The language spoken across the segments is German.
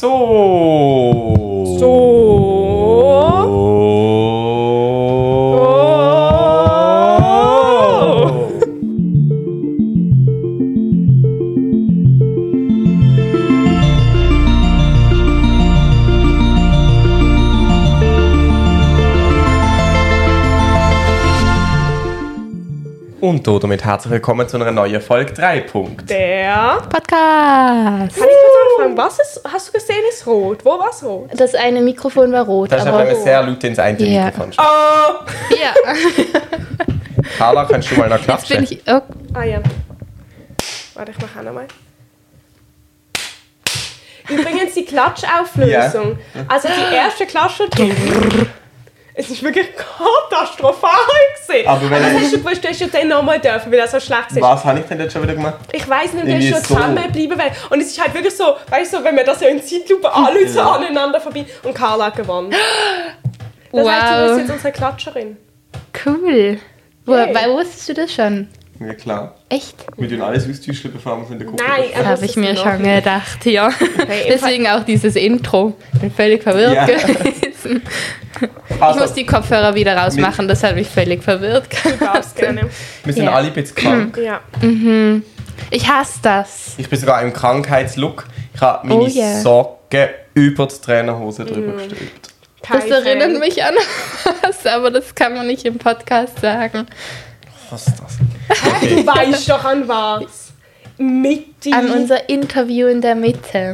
Und damit herzlich willkommen zu einer neuen Folge 3. Der Podcast. Kann ich kurz anfangen? Hast du gesehen, ist rot? Wo war es rot? Das eine Mikrofon war rot. Das ist aber wenn man sehr laut ins eine Mikrofon spricht. Oh! Ja. Carla, kannst du mal noch klatschen? Jetzt bin ich... Oh. Ah ja. Warte, ich mache auch noch mal. Übrigens die Klatschauflösung. Ja. Also die erste Klatsche... Es ist wirklich katastrophal gewesen. Aber wenn das hast du gewusst, du hast ja dann nochmal dürfen, weil das so schlecht ist. Was habe ich denn jetzt schon wieder gemacht? Ich weiss nicht, du Irgendwie hast schon so. zusammenbleiben. Und es ist halt wirklich so, weißt du, wenn man das ja in Zeitlupe alle so aneinander vorbei und Carla hat gewonnen. Das heißt, du bist jetzt unsere Klatscherin. Cool. Yay. Woher wusstest du das schon? Ja klar. Echt? Wir tun alles austauschen, bevor wir es in der Gruppe Nein, besprechen. Habe ich mir schon gedacht, ja. Hey, Deswegen auch dieses Intro. Bin völlig verwirrt Ja. gewesen. Ich Also, muss die Kopfhörer wieder rausmachen, das hat mich völlig verwirrt Du darfst gerne. wir sind Ja. alle ein bisschen krank. Ja. Ich hasse das. Ich bin sogar im Krankheitslook. Ich habe meine Oh yeah. Socken über die Trainerhose drüber gestülpt. Das erinnert mich an was, aber das kann man nicht im Podcast sagen. Was ist das? Du weißt doch an was. Mitte. An unser Interview in der Mitte.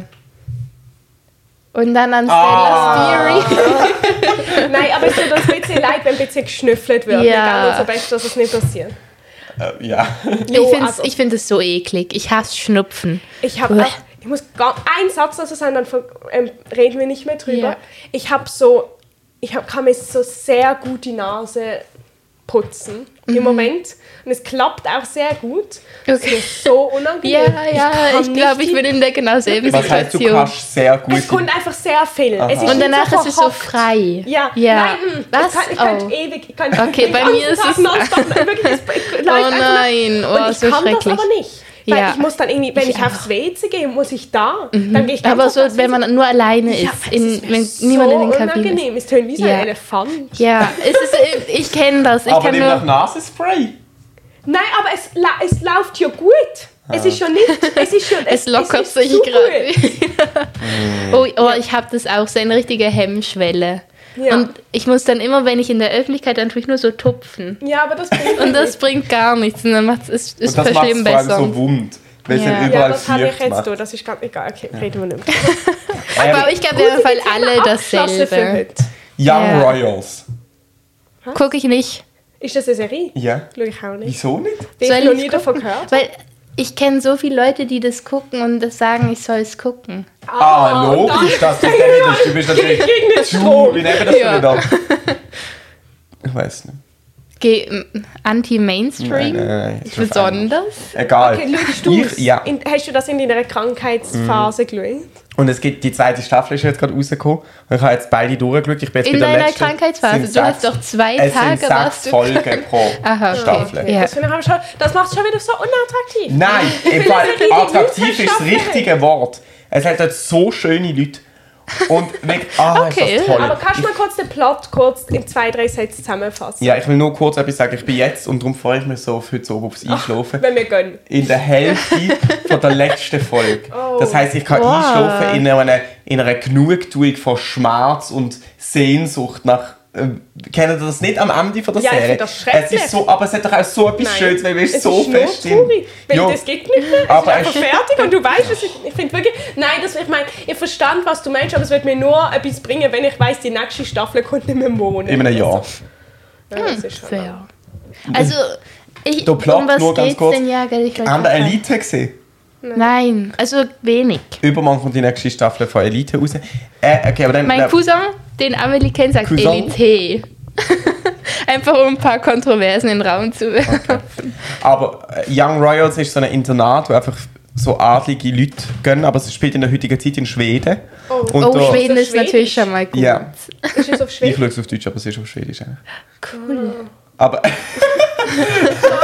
Und dann an Stella's Theory. Nein, aber es tut uns ein bisschen leid, wenn ein bisschen geschnüffelt wird. Ja. Wir geben unser Bestes, dass es nicht passiert. Ja. Ich finde es so eklig. Ich hasse Schnupfen. Ich habe ich muss einen Satz dazu sagen, dann reden wir nicht mehr drüber. Ja. Kann mir so sehr gut die Nase putzen im Moment. Und es klappt auch sehr gut. Das Okay. ist so unangenehm. Ich glaube, ich bin in der genau selben Was heißt, du Situation. kannst sehr gut... Es kommt einfach sehr viel. Es ist Und nicht danach ist es so verhockt. frei. Ja, Ja. nein, Was? ich kann Oh. ewig. Okay, bei mir ist es- Oh nein, oh, und ich so kann schrecklich. das aber nicht. Weil Ja. ich muss dann irgendwie, wenn ich aufs WC gehe, muss ich da. Dann gehe ich ganz Aber oft so, aufs wenn WC. man nur alleine ist, Ja, wenn so niemand in den Kabinen ist. unangenehm. Es tönt wie so Ja. ein Elefant. Ja, ich kenne das. Ich Aber kann nimm nur... doch Nasenspray. Nein, aber es läuft ja gut. Es ist ja nicht. Es lockert ist sich zu gerade. gut. Oh, ich habe das auch, so eine richtige Hemmschwelle. Ja. Und ich muss dann immer, wenn ich in der Öffentlichkeit, dann tue ich nur so tupfen. Ja, aber das bringt Und das nicht. bringt gar nichts. Und dann macht es Und das macht es verschlimmert vor allem besser. so wund. Weil es Ja. dann Ja, überall das habe ich feucht jetzt macht. so. Das ist ganz egal. Okay, reden wir nicht mehr. Aber ich glaube, in jedem Fall alle dasselbe. Young Ja. Royals. Gucke ich nicht. Ist das eine Serie? Ja. Schau ich auch nicht. Wieso nicht? Ich Soll habe noch ich's nie davon gucken? gehört. Weil ich kenne so viele Leute, die das gucken und das sagen, ich soll es gucken. Logisch, dass du es dann nicht. Du bist natürlich Gegen den zu... Strom. Wie nennen wir das Ja. denn wieder? Ich weiß nicht. Anti-Mainstream? Nein. ist schon Besonders? fein. Egal. Okay, schaust du es? Ja. Hast du das in deiner Krankheitsphase geschaut? Und es gibt die zweite Staffel ist jetzt gerade rausgekommen. Und ich habe jetzt beide durchgeschaut. Ich bin jetzt In bei der deiner letzten. Krankheitsphase? Es sind Du hast sechs- doch 2 Es Tage, sind warst 6 du Folgen pro Aha, okay. Staffel. Ja. Das macht es schon wieder so unattraktiv. Nein, im will Fall das nicht attraktiv in ist das richtige Wort. Es hat dort so schöne Leute. Und wirklich, Okay, ist das toll. Aber kannst du mal kurz den Plot in 2-3 Sätzen zusammenfassen? Ja, ich will nur kurz etwas sagen. Ich bin jetzt, und darum freue ich mich so auf heute Abend aufs Einschlafen, Wenn wir gehen. in der Hälfte von der letzten Folge. Oh. Das heisst, ich kann Wow. einschlafen in einer Genugtuung von Schmerz und Sehnsucht nach... Kennt ihr das nicht am Ende von der Ja, ich Serie? finde das schrecklich. Es ist so, aber es hat doch auch so etwas Schönes, weil wir es so ist nur fest traurig, weil Ja. das geht nicht mehr. Es Aber ist einfach fertig und du weißt, ich finde wirklich... Nein, ich meine, ich verstand, was du meinst, aber es wird mir nur etwas bringen, wenn ich weiss, die nächste Staffel kommt in einem Monat. In einem Jahr. Ja, das ist schon Fair. Also, Der Plot, um was nur ganz geht's kurz. denn? Ja, gell, ich wollte Haben wir gerade Elite gesehen? Nein, also wenig. Übermorgen kommt die nächste Staffel von Elite raus. Okay, aber dann... Mein Cousin, den Amelie kennt, sagt Cousin? Elite. Einfach um ein paar Kontroversen in den Raum zu werfen. Aber Young Royals ist so ein Internat, wo einfach so adlige Leute gehen, aber es spielt in der heutigen Zeit in Schweden. Und Oh, da- Schweden So ist natürlich Schwedisch? schon mal gut. Ja, Ist es auf ich Schwedisch? schaue es auf Deutsch, aber es ist auf Schwedisch eigentlich. Cool. Aber Das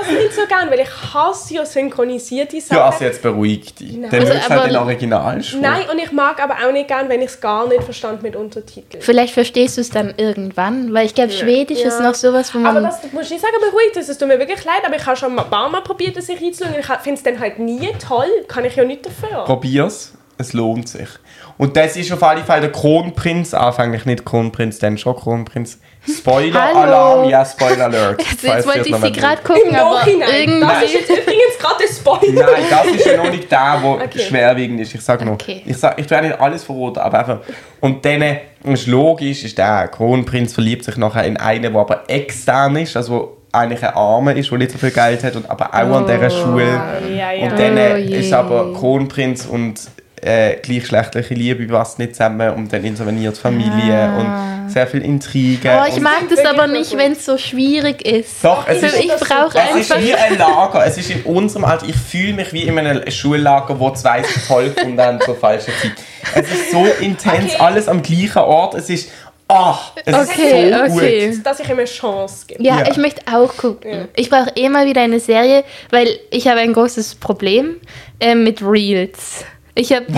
das nicht so gern, weil ich hasse ja synchronisierte Sachen. Ja, also jetzt beruhig dich. Nein. Dann Also, hörst du halt aber- den Originalspruch. Nein, und ich mag aber auch nicht gern, wenn ich es gar nicht verstand mit Untertiteln. Vielleicht verstehst du es dann irgendwann, weil ich glaube, Schwedisch ist noch sowas, wo Aber man... das muss ich nicht sagen, beruhigt es. Es tut mir wirklich leid, aber ich habe schon ein paar Mal probiert, eine Serie zu schauen. Ich finde es dann halt nie toll. Kann ich ja nicht dafür. Probier's, es lohnt sich. Und das ist auf alle Fälle der Kronprinz, anfänglich nicht Kronprinz, dann schon Kronprinz. Spoiler-Alarm, ja, Spoiler-Alert. Jetzt wollte ich sie gerade Im gucken, aber Nachhinein. Das irgendwie... ist jetzt übrigens gerade ein Spoiler. Nein, das ist ja noch nicht der, der Okay. schwerwiegend ist. Ich sage noch, Okay. ich tue nicht alles verraten, aber einfach. Und dann ist logisch, ist der Kronprinz verliebt sich nachher in einen, der aber extern ist, also eigentlich ein Armer ist, der nicht so viel Geld hat, und aber auch an dieser Schule. Ja, ja. Und dann Oh je. ist aber Kronprinz und gleichgeschlechtliche Liebe passt nicht zusammen, und dann interveniert die Familie und sehr viel Intrigen. Oh, ich und mag das wirklich aber so nicht, gut. wenn es so schwierig ist. Doch, es Also ist, ich brauche es ist einfach... wie ein Lager. Es ist in unserem Alter. Ich fühle mich wie in einem Schullager, wo zwei sich toll gefunden haben zur falschen Zeit. Es ist so intens, Okay. alles am gleichen Ort. Es ist... es Okay, ist so okay. gut. Dass ich ihm eine Chance gebe. Ja, Ja. ich möchte auch gucken. Ja. Ich brauche eh mal wieder eine Serie, weil ich habe ein großes Problem mit Reels. Ich habe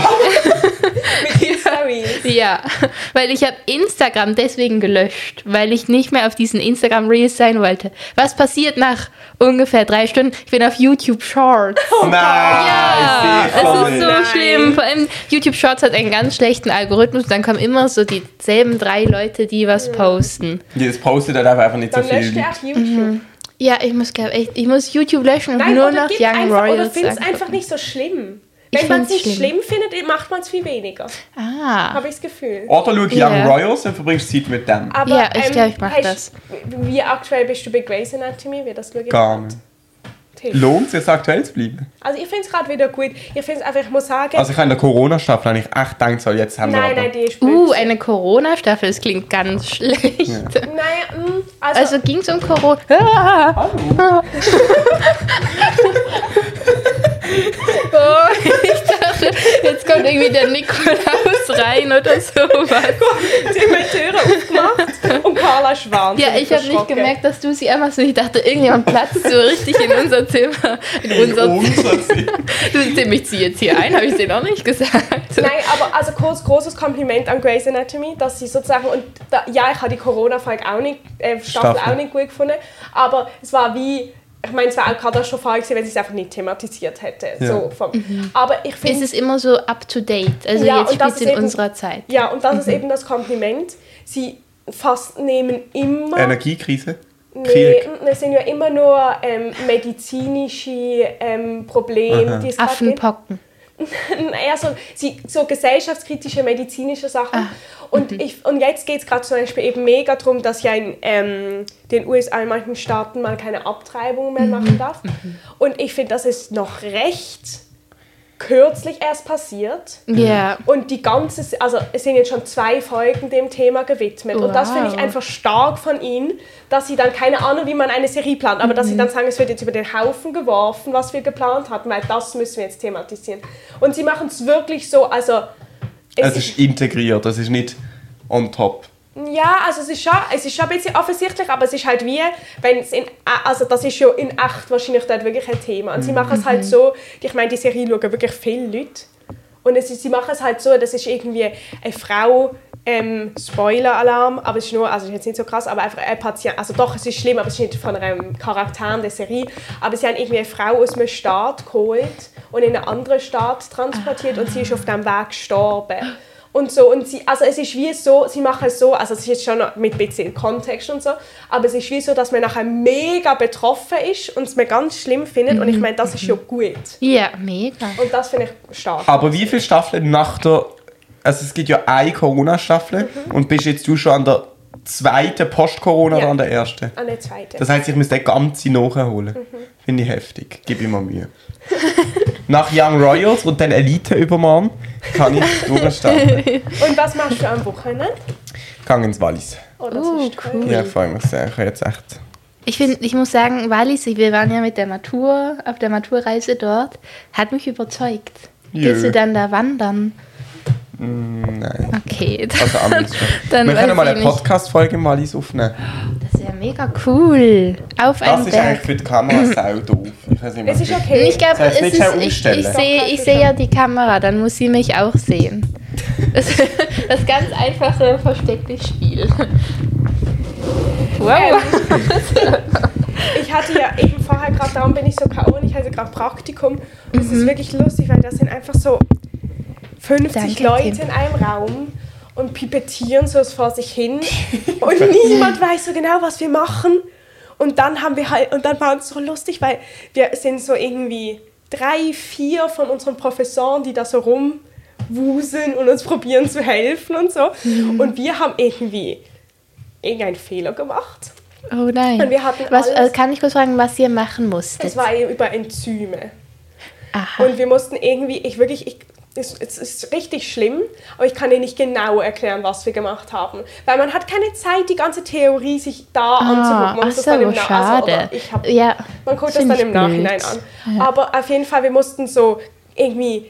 Mit den Stories. ja, weil ich habe Instagram deswegen gelöscht, weil ich nicht mehr auf diesen Instagram Reels sein wollte. Was passiert nach ungefähr 3 Stunden? Ich bin auf YouTube Shorts. Nein, Ja, ich sehe es ist so Nein. schlimm. Vor allem YouTube Shorts hat einen ganz schlechten Algorithmus. Dann kommen immer so dieselben 3 Leute, die was posten. Das postet halt einfach nicht so Dann löscht viel. er auch YouTube. Ja, ich muss YouTube löschen und Nein, nur oder noch gib Young einfach, oder Royals. find's angucken. einfach nicht so schlimm. Ich Wenn man es find's nicht schlimm findet, macht man es viel weniger. Ah. Habe ich das Gefühl. Oder schau Ja. Young Royals und verbringst Zeit mit dem. Aber, Ja, ich glaube, ich mach hast- Wie aktuell bist du bei Grey's Anatomy? Wie das schaue ich Gar grad. nicht. Tipp. Lohnt es jetzt aktuell zu bleiben? Also ich finde es gerade wieder gut. Ich finde es einfach, ich muss sagen... Also ich habe in der Corona-Staffel eigentlich echt gedacht, so jetzt haben wir nein, aber... nein, die ist blöd. Eine Corona-Staffel, das klingt ganz schlecht. Naja, Also ging es um Corona. Ah. Oh, ich dachte, jetzt kommt irgendwie der Nikolaus rein oder sowas. die haben die Türe aufgemacht und Carla ist wahnsinnig Ja, ich habe nicht erschrocken. gemerkt, dass du sie einfach so. Ich dachte, irgendjemand platzt so richtig in unser Zimmer. In unser Ich ziehe jetzt hier ein, habe ich dir noch nicht gesagt. Nein, aber also großes Kompliment an Grey's Anatomy, dass sie sozusagen, und da, ja, ich habe die Corona-Folge auch nicht, Staffel auch nicht gut gefunden, aber es war wie, ich meine, es wäre auch katastrophal gewesen, wenn sie es einfach nicht thematisiert hätte. Ja. So aber ich Es finde, ist immer so up to date. Also Ja, jetzt und das spielt es ist in eben- unserer Zeit. ja, und das ist eben das Kompliment, sie nehmen immer... Energiekrise? Nee, Krieg? es sind ja immer nur medizinische Probleme, die es gerade gibt. Affenpocken. Eher so gesellschaftskritische, medizinische Sachen. Und jetzt geht es gerade zum Beispiel eben mega darum, dass ja in den USA in manchen Staaten man keine Abtreibung mehr machen darf. Und ich finde, das ist noch recht kürzlich erst passiert. Ja. Und also es sind jetzt schon 2 Folgen dem Thema gewidmet. Und das finde ich Wow. einfach stark von ihnen, dass sie dann, keine Ahnung, wie man eine Serie plant, aber dass sie dann sagen, es wird jetzt über den Haufen geworfen, was wir geplant hatten, weil das müssen wir jetzt thematisieren. Und sie machen es wirklich so, also... Es ist integriert, das ist nicht on top. Ja, also es ist schon ein bisschen offensichtlich, aber es ist halt wie, wenn es also das ist ja in echt wahrscheinlich dort wirklich ein Thema. Und sie machen es halt so, ich meine, die Serie schauen wirklich viele Leute. Und sie machen es halt so, das ist irgendwie eine Frau, Spoiler-Alarm, aber es ist nur, also ist jetzt nicht so krass, aber einfach ein Patient, also doch, es ist schlimm, aber es ist nicht von einem Charakter der Serie, aber sie haben irgendwie eine Frau aus einem Staat geholt und in einen anderen Staat transportiert und sie ist auf diesem Weg gestorben. Und so, und also es ist wie so, sie machen es so, also es ist jetzt schon noch mit ein bisschen Kontext und so, aber es ist wie so, dass man nachher mega betroffen ist und es mir ganz schlimm findet und ich meine, das ist ja gut. Ja, mega. Und das finde ich stark. Aber wie viele Staffeln nach der... Also es gibt ja eine Corona-Staffel und bist jetzt du schon an der zweiten Post-Corona Ja. oder an der ersten? An der zweiten. Das heisst, ich muss den ganzen nachholen. Finde ich heftig. Gib immer Mühe. Nach Young Royals und dann Elite Übermann kann ich durchstarten. Und was machst du am Wochenende? Ich gehe ins Wallis. Oh, das ist toll. cool. Ja, ich freue mich sehr. Ich habe jetzt echt... Ich muss sagen, Wallis, wir waren ja mit der auf der Maturreise dort, hat mich überzeugt. Jö. Gehst du dann da wandern? Nein. Okay, Also amigs schon. dann Wir können weiß mal ich eine nicht. Podcast-Folge im Wallis aufnehmen. Das wäre mega cool. Auf Das einem ist Berg. eigentlich für die Kamera sau doof. Ich weiß nicht, was Es ist ich- okay. Ich glaube, Soll ich es nicht schnell umstellen? ich sehe ja die Kamera, dann muss sie mich auch sehen. Das ganz einfache verstecktes Spiel. Wow. Ich hatte ja eben vorher gerade, darum bin ich so K.O. und ich hatte gerade Praktikum. Und es ist wirklich lustig, weil das sind einfach so 50 Danke, Leute Tim. in einem Raum und pipettieren so vor sich hin. Und niemand weiß so genau, was wir machen. Und dann haben wir halt, und dann war es so lustig, weil wir sind so irgendwie 3, 4 von unseren Professoren, die da so rumwuseln und uns probieren zu helfen und so. Und wir haben irgendwie irgendeinen Fehler gemacht. Oh nein. Und wir hatten Was, alles- kann ich kurz fragen, was ihr machen musstet? Es war über Enzyme. Aha. Und wir mussten irgendwie, es ist richtig schlimm, aber ich kann dir nicht genau erklären, was wir gemacht haben. Weil man hat keine Zeit, die ganze Theorie sich da anzugucken. Man muss das dann im schade. oder man guckt das find dann ich im Nachhinein blöd. an. Ja. Aber auf jeden Fall, wir mussten so irgendwie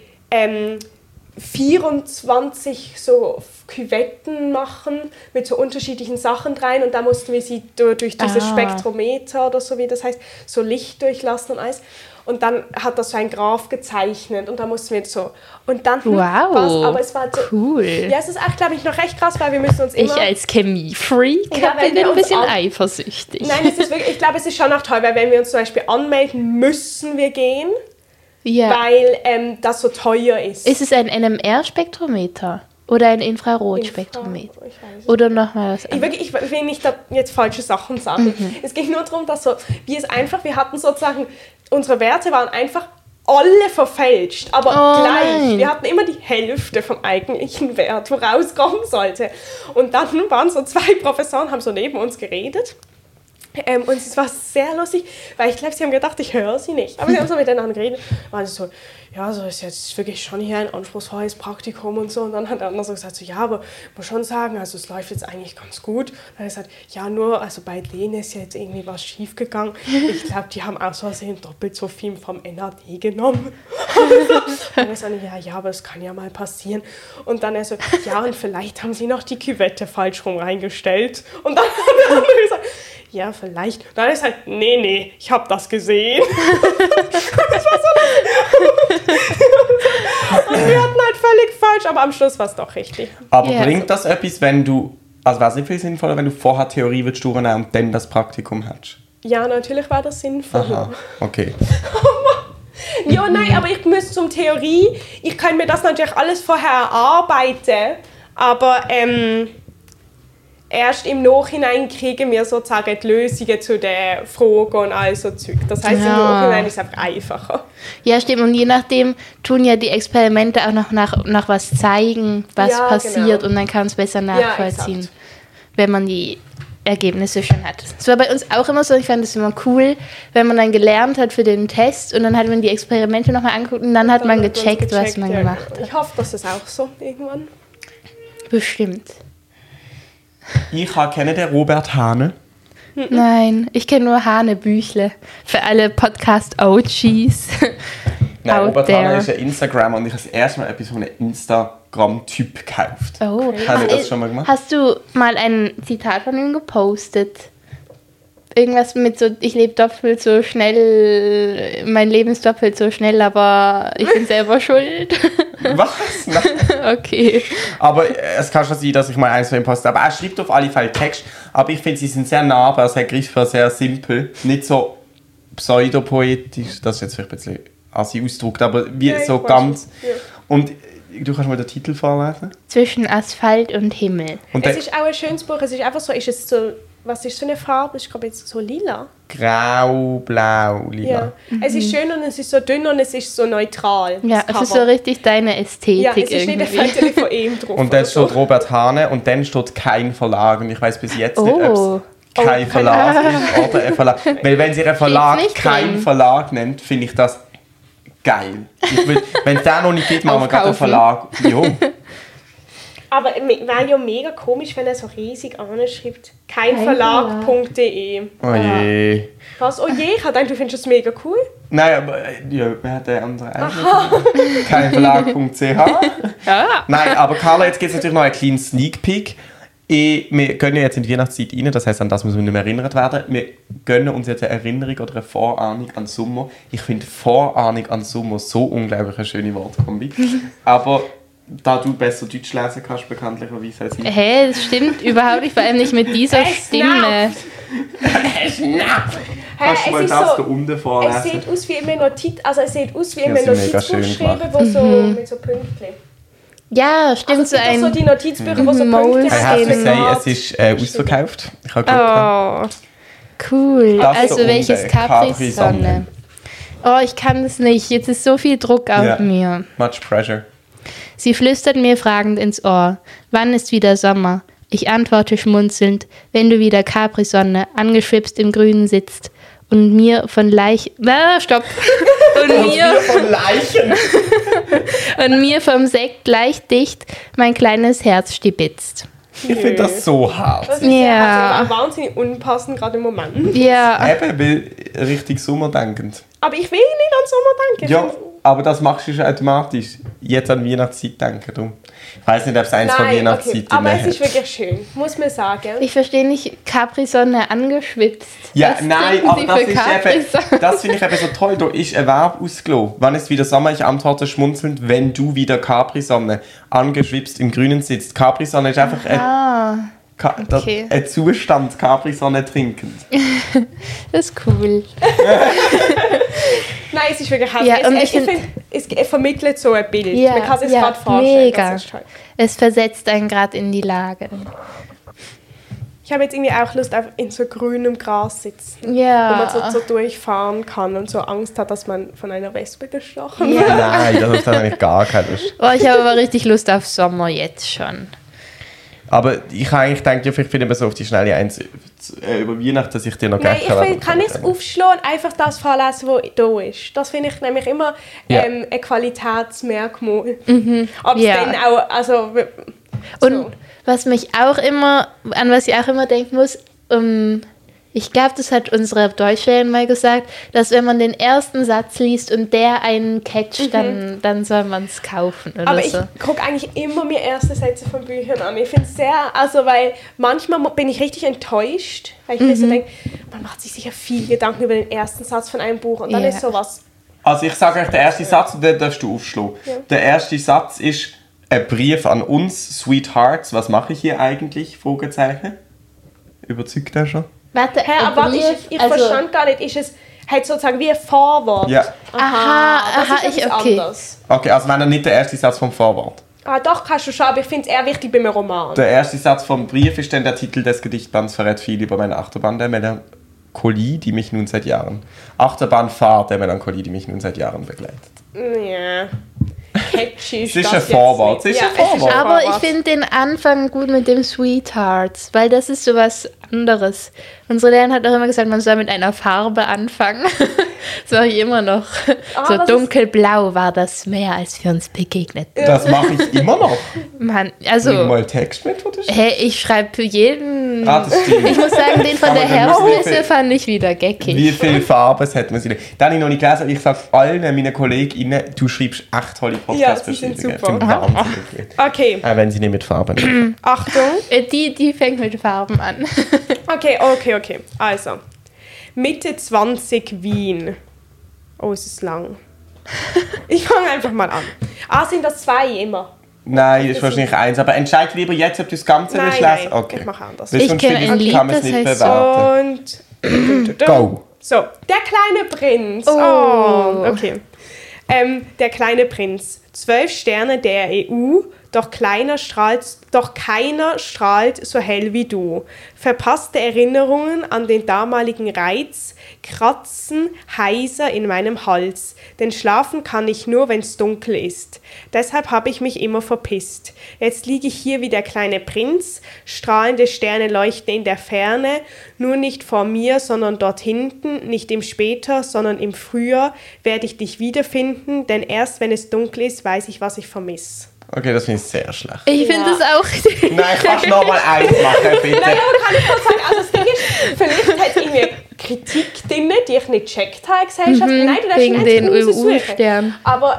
24 so Küvetten machen mit so unterschiedlichen Sachen rein und da mussten wir sie durch dieses Spektrometer oder so, wie das heißt, so Licht durchlassen und alles. Und dann hat das so ein Graph gezeichnet und da mussten wir so und dann Wow. aber es war so, Cool. ja, es ist auch, glaube ich, noch recht krass, weil wir müssen uns Ich immer... als Chemie-Freak Ja, wenn bin wir ein uns bisschen an- eifersüchtig. Nein, es ist wirklich, ich glaube, es ist schon auch toll, weil wenn wir uns zum Beispiel anmelden, müssen wir gehen, Ja. weil das so teuer ist. Ist es ein NMR-Spektrometer oder ein Infrarotspektrometer? Ich weiß es Oder nochmal was Ich, anderes? wirklich, ich will nicht da jetzt falsche Sachen sagen. Es ging nur darum, dass so, wir hatten sozusagen, unsere Werte waren einfach alle verfälscht, aber gleich. nein. Wir hatten immer die Hälfte vom eigentlichen Wert, wo rauskommen sollte. Und dann waren so 2 Professoren, haben so neben uns geredet. Und es war sehr lustig, weil ich glaube, sie haben gedacht, ich höre sie nicht. Aber sie haben so miteinander geredet. Waren sie so, ja, so ist jetzt wirklich schon hier ein anspruchsvolles Praktikum und so. Und dann hat der andere so gesagt, so, ja, aber ich muss schon sagen, also es läuft jetzt eigentlich ganz gut. Dann hat er gesagt, ja, nur, also bei denen ist jetzt irgendwie was schief gegangen. Ich glaube, die haben aus Versehen doppelt so viel vom NAD genommen. Und er so, ja, aber das kann ja mal passieren. Und dann er so, ja, und vielleicht haben sie noch die Küvette falsch rum reingestellt. Und dann hat der andere gesagt, ja, vielleicht. Und dann ist halt, nee, ich habe das gesehen. Das war so und wir hatten halt völlig falsch, aber am Schluss war es doch richtig. Aber Ja. bringt das etwas, wenn du, also wäre es nicht viel sinnvoller, wenn du vorher Theorie würdest durchnehmen und dann das Praktikum hättest? Ja, natürlich war das sinnvoll. Aha, okay. Ja, nein, aber ich muss zum Theorie, ich kann mir das natürlich alles vorher erarbeiten, aber erst im Nachhinein kriegen wir sozusagen die Lösungen zu den Fragen und all so Zeug. Das heisst, im Ja. Nachhinein ist es einfach einfacher. Ja, stimmt. Und je nachdem tun ja die Experimente auch noch nach was zeigen, was Ja, passiert. genau. Und dann kann es besser nachvollziehen, exakt. wenn man die Ergebnisse schon hat. Das war bei uns auch immer so. Ich fand es immer cool, wenn man dann gelernt hat für den Test und dann hat man die Experimente nochmal angeguckt und dann hat man Dann wird uns gecheckt, was man ja, gemacht hat. Ich hoffe, das ist auch so irgendwann. Bestimmt. Ich kenne den Robert Hane. Nein, ich kenne nur Hanebüchle. Für alle Podcast-OGs. Nein, Out Robert there. Hane ist ja Instagram und ich habe das erste Mal etwas von einem Instagram-Typ gekauft. Oh. Haben wir das schon mal gemacht? Hast du mal ein Zitat von ihm gepostet? Irgendwas mit so, ich lebe doppelt so schnell, mein Leben ist doppelt so schnell, aber ich bin selber schuld. Was? Nein. Okay. Aber es kann schon sein, dass ich mal eins von ihm poste. Aber er schreibt auf alle Fälle Text. Aber ich finde, sie sind sehr nahbar, sehr griffig, sehr simpel. Nicht so pseudopoetisch, das ist jetzt vielleicht ein bisschen assi ausgedrückt, aber wie Ja, ich so weiß ganz... es, ja. Und du kannst mal den Titel vorlesen. Zwischen Asphalt und Himmel. Und Es dann ist auch ein schönes Buch. Es ist einfach so, ist es so, was ist für eine Farbe? Ich glaube jetzt so lila. grau, blau, lila. Ja. Es ist schön und es ist so dünn und es ist so neutral. Ja, das es ist so Cover. richtig deine Ästhetik Ja, es ist nicht ein irgendwie. Foto von ihm drauf. Und dann oder so. steht Robert Hane und dann steht kein Verlag. Und ich weiß bis jetzt nicht, Oh. ob es kein Verlag ist oder ein Verlag. Weil wenn sie einen Verlag nicht kein drin. Verlag nennt, finde ich das geil. Wenn es den noch nicht gibt, machen wir gerade einen Aufkaufen. Verlag. Jo. Aber wäre ja mega komisch, wenn er so riesig anschreibt. Keinverlag.de. Oh je. Was? Oh je, ich dachte, du findest das mega cool. Nein, aber ja, wer hat den anderen eigentlich? Keinverlag.ch. Ja. Nein, aber Carla, jetzt gibt es natürlich noch einen kleinen Sneak Peek. Wir gehen ja jetzt in die Weihnachtszeit rein, das heisst, an das müssen wir nicht mehr erinnert werden. Wir gönnen uns jetzt eine Erinnerung oder eine Vorahnung an Sommer. Ich finde Vorahnung an Sommer so unglaublich eine schöne Wortkombi. Aber da du besser Deutsch lesen kannst, bekanntlicherweise als ich. Hä, das stimmt überhaupt nicht, vor allem nicht mit dieser Stimme. Kannst du mal es ist das so, da unten es vorlesen? sieht aus wie immer Notiz, also es sieht aus wie immer Ja, sind mega schön Notizbuch gemacht. geschrieben, wo so mit so Pünktchen. Ja, stimmt, Also es gibt auch so die Notizbücher, wo so Mole- Pünktchen I have to Skin. say, es ist ausverkauft. Ich habe Glück gehabt. Oh, cool. Das da Also unten, welches Capri-Sonne. Capri-Sonne? Oh, ich kann es nicht. Jetzt ist so viel Druck auf Ja. mir. Much pressure. Sie flüstert mir fragend ins Ohr. Wann ist wieder Sommer? Ich antworte schmunzelnd, wenn du wieder Capri-Sonne angeschwipst im Grünen sitzt und mir von stopp. von Leichen. Und mir vom Sekt leicht dicht mein kleines Herz stibitzt. Ich finde das so hart. Das ist Ja. also wahnsinnig unpassend gerade im Moment. Ja, Eben, weil richtig sommerdenkend. Aber ich will nicht an Sommer denken. Ja, aber das machst du schon automatisch. Jetzt an Weihnachtszeit denken. Du. Ich weiss nicht, ob es eins von Nein, Weihnachtszeit okay. Aber es hat. ist wirklich schön, muss man sagen. ich verstehe nicht, Capri-Sonne angeschwipst. Ja, Was nein, trinken aber Sie das für ist Capri-Sonne? eben, das finde ich eben so toll. Da ist ein Verb ausgelassen. Wann ist wieder Sommer? Ich antworte schmunzelnd, wenn du wieder Capri-Sonne angeschwipst im Grünen sitzt. Capri-Sonne ist einfach Okay. ein Zustand, Capri-Sonne trinkend. Das ist cool. Nein, es ist wirklich Ja, und ich ich finde, es vermittelt so ein Bild. Ja, Man kann sich ja, gerade vorstellen. mega. Das ist toll. Es versetzt einen gerade in die Lage. Ich habe jetzt irgendwie auch Lust auf in so grünem Gras sitzen. Wo man Ja. so durchfahren kann und so Angst hat, dass man von einer Wespe gestochen Ja. wird. Nein, das ist eigentlich gar keine Lust. Oh, ich habe aber richtig Lust auf Sommer jetzt schon. Aber ich habe eigentlich gedacht, ja, vielleicht finde ich so auf die Schnelle eins über Weihnachten, dass ich dir noch Nein, gleich kann ich es aufschlagen und einfach das vorlesen, was da ist. Das finde ich nämlich immer Ja. ein Qualitätsmerkmal. Ob es Ja. dann auch, also... Und So. was ich auch immer denken muss, ich glaube, das hat unsere Deutschlehrerin mal gesagt, dass wenn man den ersten Satz liest und der einen catcht, dann soll man es kaufen oder Aber so. ich gucke eigentlich immer mir erste Sätze von Büchern an. Ich finde es sehr, also weil manchmal bin ich richtig enttäuscht, weil ich mir so denke, man macht sich sicher viel Gedanken über den ersten Satz von einem Buch und dann Ja. ist sowas. Also ich sage euch den ersten Satz und den darfst du aufschlagen. Ja. Der erste Satz ist ein Brief an uns, Sweethearts. Was mache ich hier eigentlich? Fragezeichen. Überzeugt er schon? Warte, Hä, aber warte, ich verstand gar nicht, ist es halt sozusagen wie ein Vorwort? Ja. Aha, das ist etwas okay. anderes. Okay, also wenn er nicht der erste Satz vom Vorwort. Ah, doch, kannst du schon, aber ich finde es eher wichtig bei einem Roman. Der erste Satz vom Brief ist dann der Titel des Gedichtbands verrät viel über meine Achterbahn der Melancholie, die mich nun seit Jahren... Achterbahnfahrt der Melancholie, die mich nun seit Jahren begleitet. Ja. Catchy Es ist das ein jetzt Vorwort, nicht. es ist ein Ja, es Vorwort. Aber ich Vorwort. finde den Anfang gut mit dem Sweethearts, weil das ist sowas anderes. Unsere Lehrerin hat auch immer gesagt, man soll mit einer Farbe anfangen. Das mache ich immer noch. So das dunkelblau war das Meer, als wir uns begegneten. Das mache ich immer noch. Mann, Bring also, mal Text mit, wo das steht. hey, ich schreibe für jeden... Ah, das stimmt. Ich muss sagen, den von Aber der dann müssen wir Herbstmesse viel- fand ich wieder geckig. Wie viele Farben hat man sie nicht? Den habe ich noch nicht gelesen, aber ich sage allen meinen KollegInnen, du schreibst echt tolle Ja, sie sind Podcast-Beschreibungen. super. Finde ich wahnsinnig gut. Okay, Auch wenn sie nicht mit Farben nehmen. Achtung. Die fängt mit Farben an. Okay. Also, Mitte 20 Wien. Oh, es ist lang. Ich fange einfach mal an. Ah, sind das zwei immer? Nein, das ist wahrscheinlich eins. Aber entscheid lieber jetzt, ob du das Ganze Nein, willst lesen. nein, Okay. ich mache anders. Weil Ich sonst kenne finde ein Lied, kann man es das nicht heißt bewerten. Und... Go! So, der kleine Prinz. Oh. Okay. Der kleine Prinz. 12 Sterne der EU, doch keiner strahlt so hell wie du. Verpasste Erinnerungen an den damaligen Reiz kratzen heiser in meinem Hals, denn schlafen kann ich nur, wenn's dunkel ist. Deshalb habe ich mich immer verpisst. Jetzt liege ich hier wie der kleine Prinz, strahlende Sterne leuchten in der Ferne, nur nicht vor mir, sondern dort hinten, nicht im Später, sondern im Früher werde ich dich wiederfinden, denn erst wenn es dunkel ist, weiß ich, was ich vermiss. Okay, das finde ich sehr schlecht. Ich finde das auch. Nein, kannst du nochmal eins machen, bitte. Nein, aber kann ich kurz sagen, also das Ding ist, vielleicht hat es irgendwie Kritik drin, die ich nicht gecheckt habe, Gesellschaft. Nein, du darfst wegen nicht den raussuchen. EU-Stern.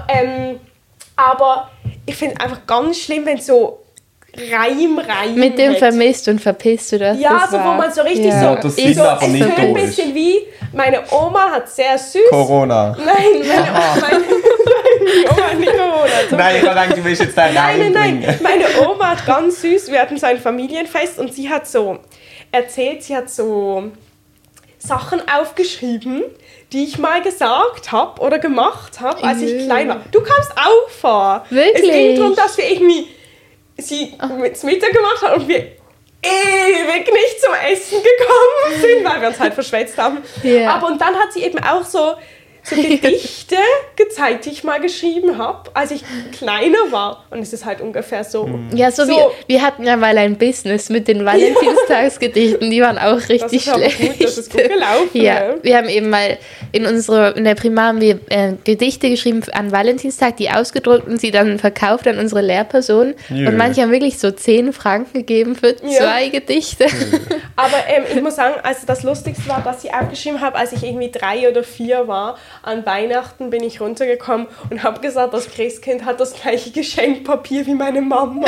Aber ich finde es einfach ganz schlimm, wenn so Reim Mit dem hat. vermisst und verpisst du das. Ja, das so wo war. man so richtig Ja, das so... sind so aber nicht es tönt ein logisch. bisschen wie, meine Oma hat sehr süß... Corona. Nein, meine Oma hat nicht Corona. Nein, ich habe gedacht, du willst jetzt da Nein. reinbringen. Meine Oma hat ganz süß, wir hatten so ein Familienfest und sie hat so erzählt, sie hat so Sachen aufgeschrieben, die ich mal gesagt habe oder gemacht habe, als ich klein war. Du kamst auch vor. Wirklich? Es ging darum, dass wir irgendwie sie zum Mittag gemacht haben und wir ewig nicht zum Essen gekommen sind, weil wir uns halt verschwätzt haben. Ja. Aber und dann hat sie eben auch so Gedichte gezeigt, die ich mal geschrieben habe, als ich kleiner war. Und es ist halt ungefähr so. Ja, so, So. wir hatten ja mal ein Business mit den Valentinstagsgedichten, die waren auch richtig Das ist aber schlecht. gut, das ist gut gelaufen. Ja, Ne? wir haben eben mal in der Primar haben wir Gedichte geschrieben an Valentinstag, die ausgedruckt und sie dann verkauft an unsere Lehrperson. Jö. Und manche haben wirklich so 10 Franken gegeben für 2 Gedichte. Aber ich muss sagen, also das Lustigste war, dass ich aufgeschrieben habe, als ich irgendwie 3 oder 4 war. An Weihnachten bin ich runtergekommen und habe gesagt, das Christkind hat das gleiche Geschenkpapier wie meine Mama.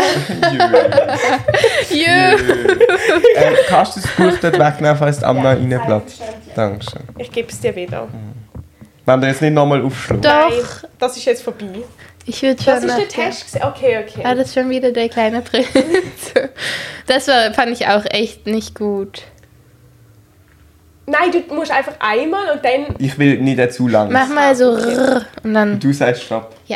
Jö. Kannst du das Buch dort wegnehmen, falls die Anna reinplatzt? Dankeschön. Ich gebe es dir wieder. Wenn du jetzt nicht nochmal aufschlägst. Doch, Nein, das ist jetzt vorbei. ich würde schon. Das ist der Test. Okay. Ah, das ist schon wieder der kleine Prinz. Das fand ich auch echt nicht gut. Nein, du musst einfach einmal und dann... Ich will nicht zu lang. Mach mal so rrr und dann. Du sagst Stopp. Ja.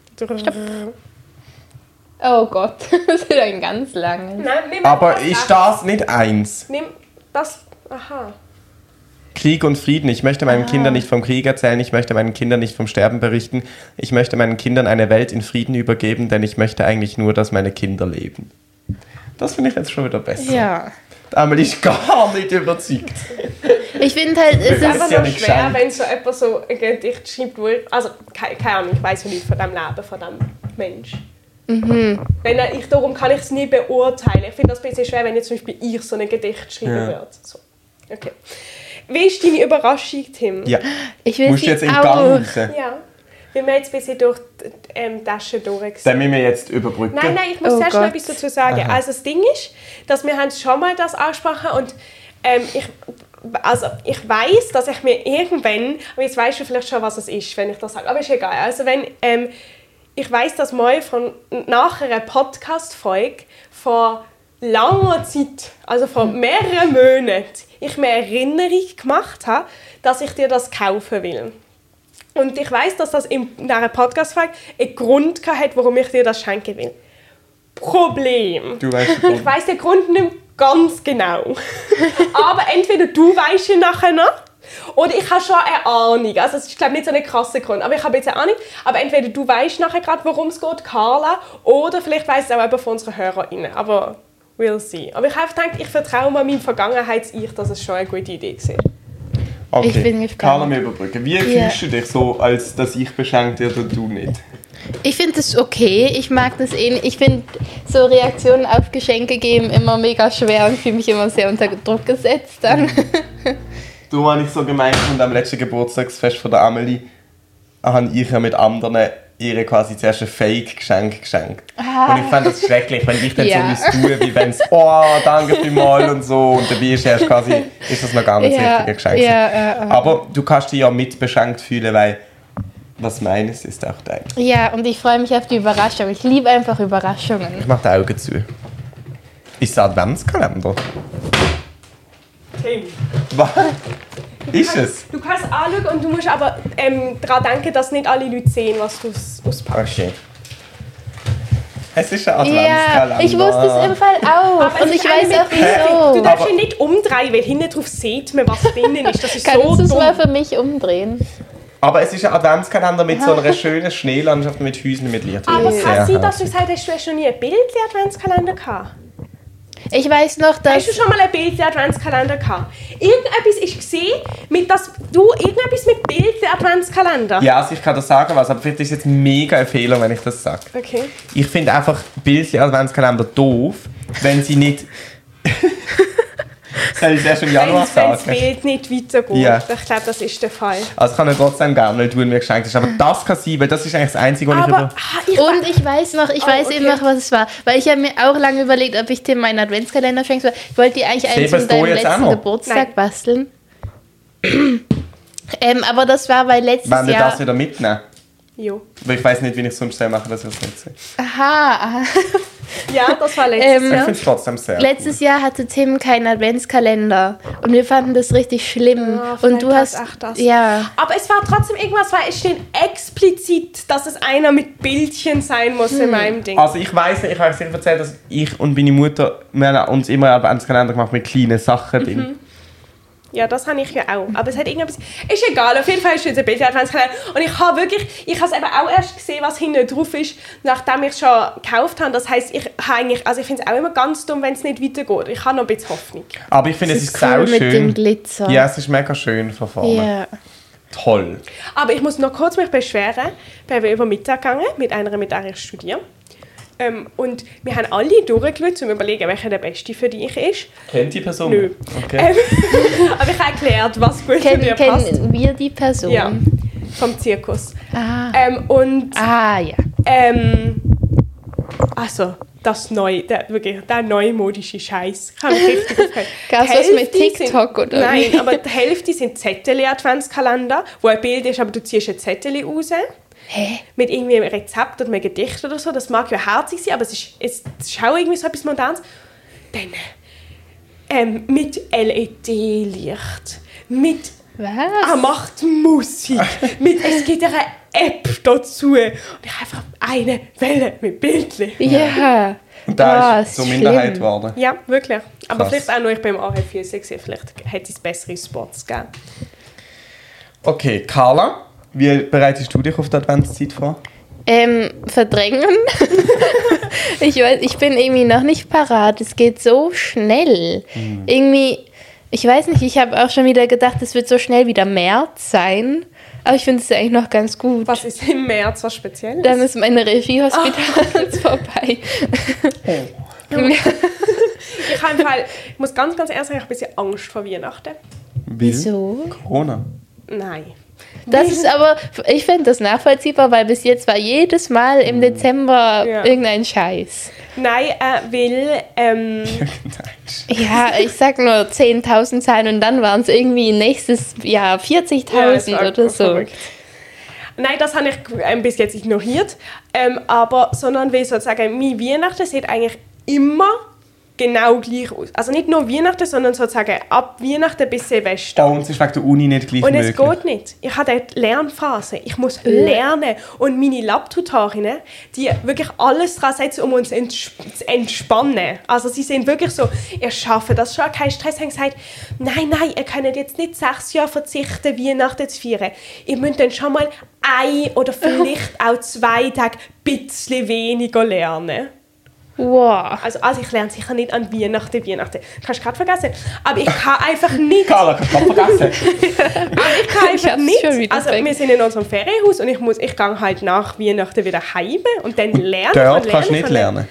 Oh Gott, das ist ein ganz langes. Nein, nimm Aber das ist ab. das nicht eins? Nimm das... Aha. Krieg und Frieden. Ich möchte meinen Kindern nicht vom Krieg erzählen. Ich möchte meinen Kindern nicht vom Sterben berichten. Ich möchte meinen Kindern eine Welt in Frieden übergeben, denn ich möchte eigentlich nur, dass meine Kinder leben. Das finde ich jetzt schon wieder besser. Ja. Amelie ist gar nicht überzeugt. Ich finde halt, es Es ist ist. einfach ja nur nicht schwer, geschenkt. wenn so jemand so ein Gedicht schreibt, wo... Also, keine Ahnung, ich weiss ja nicht von dem Leben, von dem Mensch. Darum kann ich es nie beurteilen. Ich finde das ein bisschen schwer, wenn jetzt zum Beispiel ich so ein Gedicht schreiben Ja. würde. So. Okay. Wie ist deine Überraschung, Tim? Ja. Ich will Musst du sie jetzt in den auch. Gang raus? Ja. Wir haben jetzt ein bisschen durch die Tasche durchgesehen. Dann müssen wir jetzt überbrücken. Nein, ich muss Oh zuerst noch Gott. etwas dazu sagen. Aha. Also das Ding ist, dass wir haben schon mal das angesprochen und ich weiß, dass ich mir irgendwann, aber jetzt weißt du vielleicht schon, was es ist, wenn ich das sage, aber ist egal. Also wenn ich weiß, dass mal nach einer Podcast-Folge vor langer Zeit, also vor mehreren Monaten, ich mir Erinnerung gemacht habe, dass ich dir das kaufen will. Und ich weiß, dass das in einer Podcast-Folge einen Grund hat, warum ich dir das schenken will. Problem. Du weißt Ich weiss den Grund nicht ganz genau. Aber entweder du weißt ihn nachher noch, oder ich habe schon eine Ahnung. Also es ist, glaube ich, nicht so ein krasser Grund. Aber ich habe jetzt eine Ahnung. Aber entweder du weißt nachher gerade, worum es geht, Carla, oder vielleicht weiss es auch jemand von unseren HörerInnen. Aber we'll see. Aber ich habe gedacht, ich vertraue mal meinem Vergangenheits-Ich, dass es schon eine gute Idee war. Okay. Ich bin gespannt. Carla, wir überbrücken. Wie fühlst du dich so, als dass ich beschenkt werde und du nicht? Ich finde das okay. Ich mag das eh nicht. Ich finde so Reaktionen auf Geschenke geben immer mega schwer und fühle mich immer sehr unter Druck gesetzt dann. Du, habe ich so gemeint, und am letzten Geburtstagsfest von der Amelie habe ich ja mit anderen ihr quasi zuerst ein Fake-Geschenk geschenkt. Und ich fand das schrecklich, wenn ich dann Ja. so müsste tun, wie wenn es «Oh, danke vielmals» und so. Und dabei ist erst quasi, ist das noch gar nicht das richtige Geschenk. Aber du kannst dich ja mit beschenkt fühlen, weil was meines ist auch dein. Ja, und ich freue mich auf die Überraschung. Ich liebe einfach Überraschungen. Ich mache die Augen zu. Ist es ein Adventskalender? Tim. Was? Ist es? Du kannst anschauen und du musst aber daran denken, dass nicht alle Leute sehen, was du auspackst. Okay. Es ist ein Ja, Adventskalender. ich wusste es im Fall auch. Aber Und es ich ist eine weiß auch mit Briefing. Du wieso. darfst Aber- ihn nicht umdrehen, weil hinten drauf sieht man, was drinnen ist. Das ist Kannst so du es mal dumm. für mich umdrehen? Aber es ist ein Adventskalender mit so einer schönen Schneelandschaft mit Häusern mit Licht. Aber Sehr kann sein, dass du herzig. gesagt hast, du hast noch nie einen Bildli-Adventskalender gehabt? Ich weiß noch, dass... Hast du schon mal einen Bild-Adventskalender gehabt? Irgendetwas ist gesehen, irgendetwas mit Bild-Adventskalender? Ja, also ich kann das sagen, aber vielleicht ist es jetzt mega ein Fehler, wenn ich das sage. Okay. Ich finde einfach Bildchen-Adventskalender doof, wenn sie nicht... Soll ich es erst im Januar Wenn das sagen? Bild nicht weitergeht. Ja. Ich glaube, das ist der Fall. Also kann ich trotzdem gerne, weil du mir geschenkt hast. Aber das kann sein, weil das ist eigentlich das Einzige, was ich über... Und ich weiß okay. eben noch, was es war. Weil ich habe mir auch lange überlegt, ob ich dir meinen Adventskalender schenken soll. Ich wollte dir eigentlich einen Sebest zu du deinem jetzt auch letzten noch? Geburtstag Nein. basteln. Aber das war, weil letztes Wenn wir Jahr... das wieder mitnehmen. Jo. Weil ich weiß nicht, wie ich es sonst machen soll, dass ich es nicht sehe. Aha. Ja, das war letztes Ich Jahr. finde es trotzdem sehr Letztes Jahr hatte Tim keinen Adventskalender. Und wir fanden das richtig schlimm. Ja, und du vielleicht hast... auch das. Ja. Aber es war trotzdem irgendwas, weil es steht explizit, dass es einer mit Bildchen sein muss in meinem Ding. Also ich weiss nicht, ich habe sicher erzählt, dass ich und meine Mutter, wir haben uns immer einen Adventskalender gemacht mit kleinen Sachen drin. Ja, das habe ich ja auch. Aber es hat irgendwas... Ist egal, auf jeden Fall ist es ein Bild-Adventskalender. Und ich habe es eben auch erst gesehen, was hinten drauf ist, nachdem ich es schon gekauft habe. Das heisst, ich finde es auch immer ganz dumm, wenn es nicht weitergeht. Ich habe noch ein bisschen Hoffnung. Aber ich finde, es ist sau mit dem schön. Glitzer. Ja, es ist mega schön von vorne. Ja. Toll. Aber ich muss noch kurz mich beschweren, weil wir über Mittag gegangen mit einer, mit der ich studiere. Und wir haben alle durchgeschaut, um zu überlegen, welcher der Beste für dich ist. Kennt die Person? Nö. Okay. Aber ich habe erklärt, was gut für dich passt. Kennen wir die Person? Ja, vom Zirkus. Ah. Ja. Also, der neumodische Scheiß. Ich habe mich richtig aufgehört. Gab's Die was mit Hälfte TikTok sind, oder Nein, wie? aber die Hälfte sind Zettel-Adventskalender, wo ein Bild ist, aber du ziehst ein Zettel raus. Hä? Mit irgendwie einem Rezept oder einem Gedicht oder so. Das mag ja herzig sein, aber es ist auch irgendwie so etwas Modernes. Dann mit LED-Licht, mit Was? macht Musik, es gibt eine App dazu. Und ich einfach eine Welle mit Bildchen. Ja. Und da ist ist zur Minderheit schlimm. geworden. Ja, wirklich. Aber Krass. vielleicht auch nur ich beim AF gesehen. Vielleicht hätte es bessere Spots gegeben. Okay, Carla, wie bereitest du dich auf die Adventszeit vor? Verdrängen. Ich bin irgendwie noch nicht parat. Es geht so schnell. Irgendwie, ich weiß nicht, ich habe auch schon wieder gedacht, es wird so schnell wieder März sein. Aber ich finde es eigentlich noch ganz gut. Was ist im März was Spezielles? Dann ist meine Regiehospitanz vorbei. Ich muss ganz ehrlich sagen, ich habe ein bisschen Angst vor Weihnachten. Wieso? Corona. Nein. Das ist aber, ich finde das nachvollziehbar, weil bis jetzt war jedes Mal im Dezember Ja. irgendein Scheiß. Nein, weil Ja, ich sag nur 10.000 Zahlen und dann waren es irgendwie nächstes Jahr 40.000 oder so. verrückt. Nein, das habe ich bis jetzt ignoriert. Sondern weil sozusagen mein Weihnachten sieht eigentlich immer genau gleich aus. Also nicht nur Weihnachten, sondern sozusagen ab Weihnachten bis Silvester. Bei uns ist wegen der Uni nicht gleich Und möglich. es geht nicht. Ich habe eine Lernphase. Ich muss lernen. Und meine Lab-Tutorinnen, die wirklich alles daran setzen, um uns zu entspannen. Also sie sind wirklich so, ihr schafft das schon, kein Stress. Sie haben gesagt, nein, ihr könnt jetzt nicht 6 Jahre verzichten, Weihnachten zu feiern. Ihr müsst dann schon mal 1 oder vielleicht auch 2 Tage ein bisschen weniger lernen. Wow. Also ich lerne sicher nicht an Weihnachten. Kannst du gerade vergessen. Aber ich kann einfach nicht... Carla, kannst du das vergessen? Aber ich kann Ich einfach hab's nicht. schon wieder Also weg. wir sind in unserem Ferienhaus und ich gehe halt nach Weihnachten wieder heim und dann lerne Dort kannst du nicht lernen.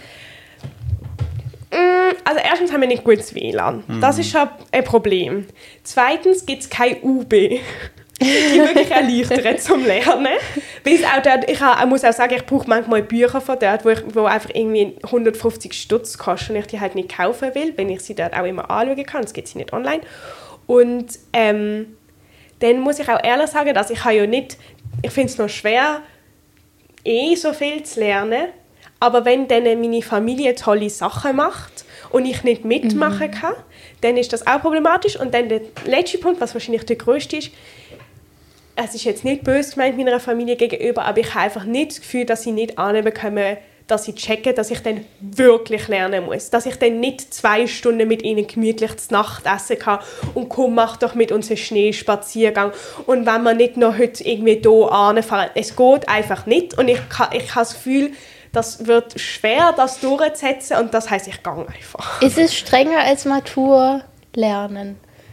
Also erstens haben wir nicht gutes WLAN. Das ist schon ein Problem. Zweitens gibt es kein UB. Die wirklich erleichtern zum Lernen. Weil es auch dort, ich muss auch sagen, ich brauche manchmal Bücher von dort, wo einfach irgendwie 150 Stutz kosten und ich die halt nicht kaufen will, wenn ich sie dort auch immer anschauen kann. Das gibt sie nicht online. Und dann muss ich auch ehrlich sagen, dass ich finde es noch schwer, so viel zu lernen. Aber wenn dann meine Familie tolle Sachen macht und ich nicht mitmachen kann, dann ist das auch problematisch. Und dann der letzte Punkt, was wahrscheinlich der grösste ist, es ist jetzt nicht böse gemeint meiner Familie gegenüber, aber ich habe einfach nicht das Gefühl, dass sie nicht anbekommen, dass sie checken, dass ich dann wirklich lernen muss. Dass ich dann nicht 2 Stunden mit ihnen gemütlich zu Nacht essen kann und komm, mach doch mit uns einen Schneespaziergang. Und wenn wir nicht noch heute irgendwie hier hinfahren, es geht einfach nicht. Und ich habe das Gefühl, das wird schwer, das durchzusetzen und das heisst, ich gehe einfach. Ist es strenger als Matur lernen?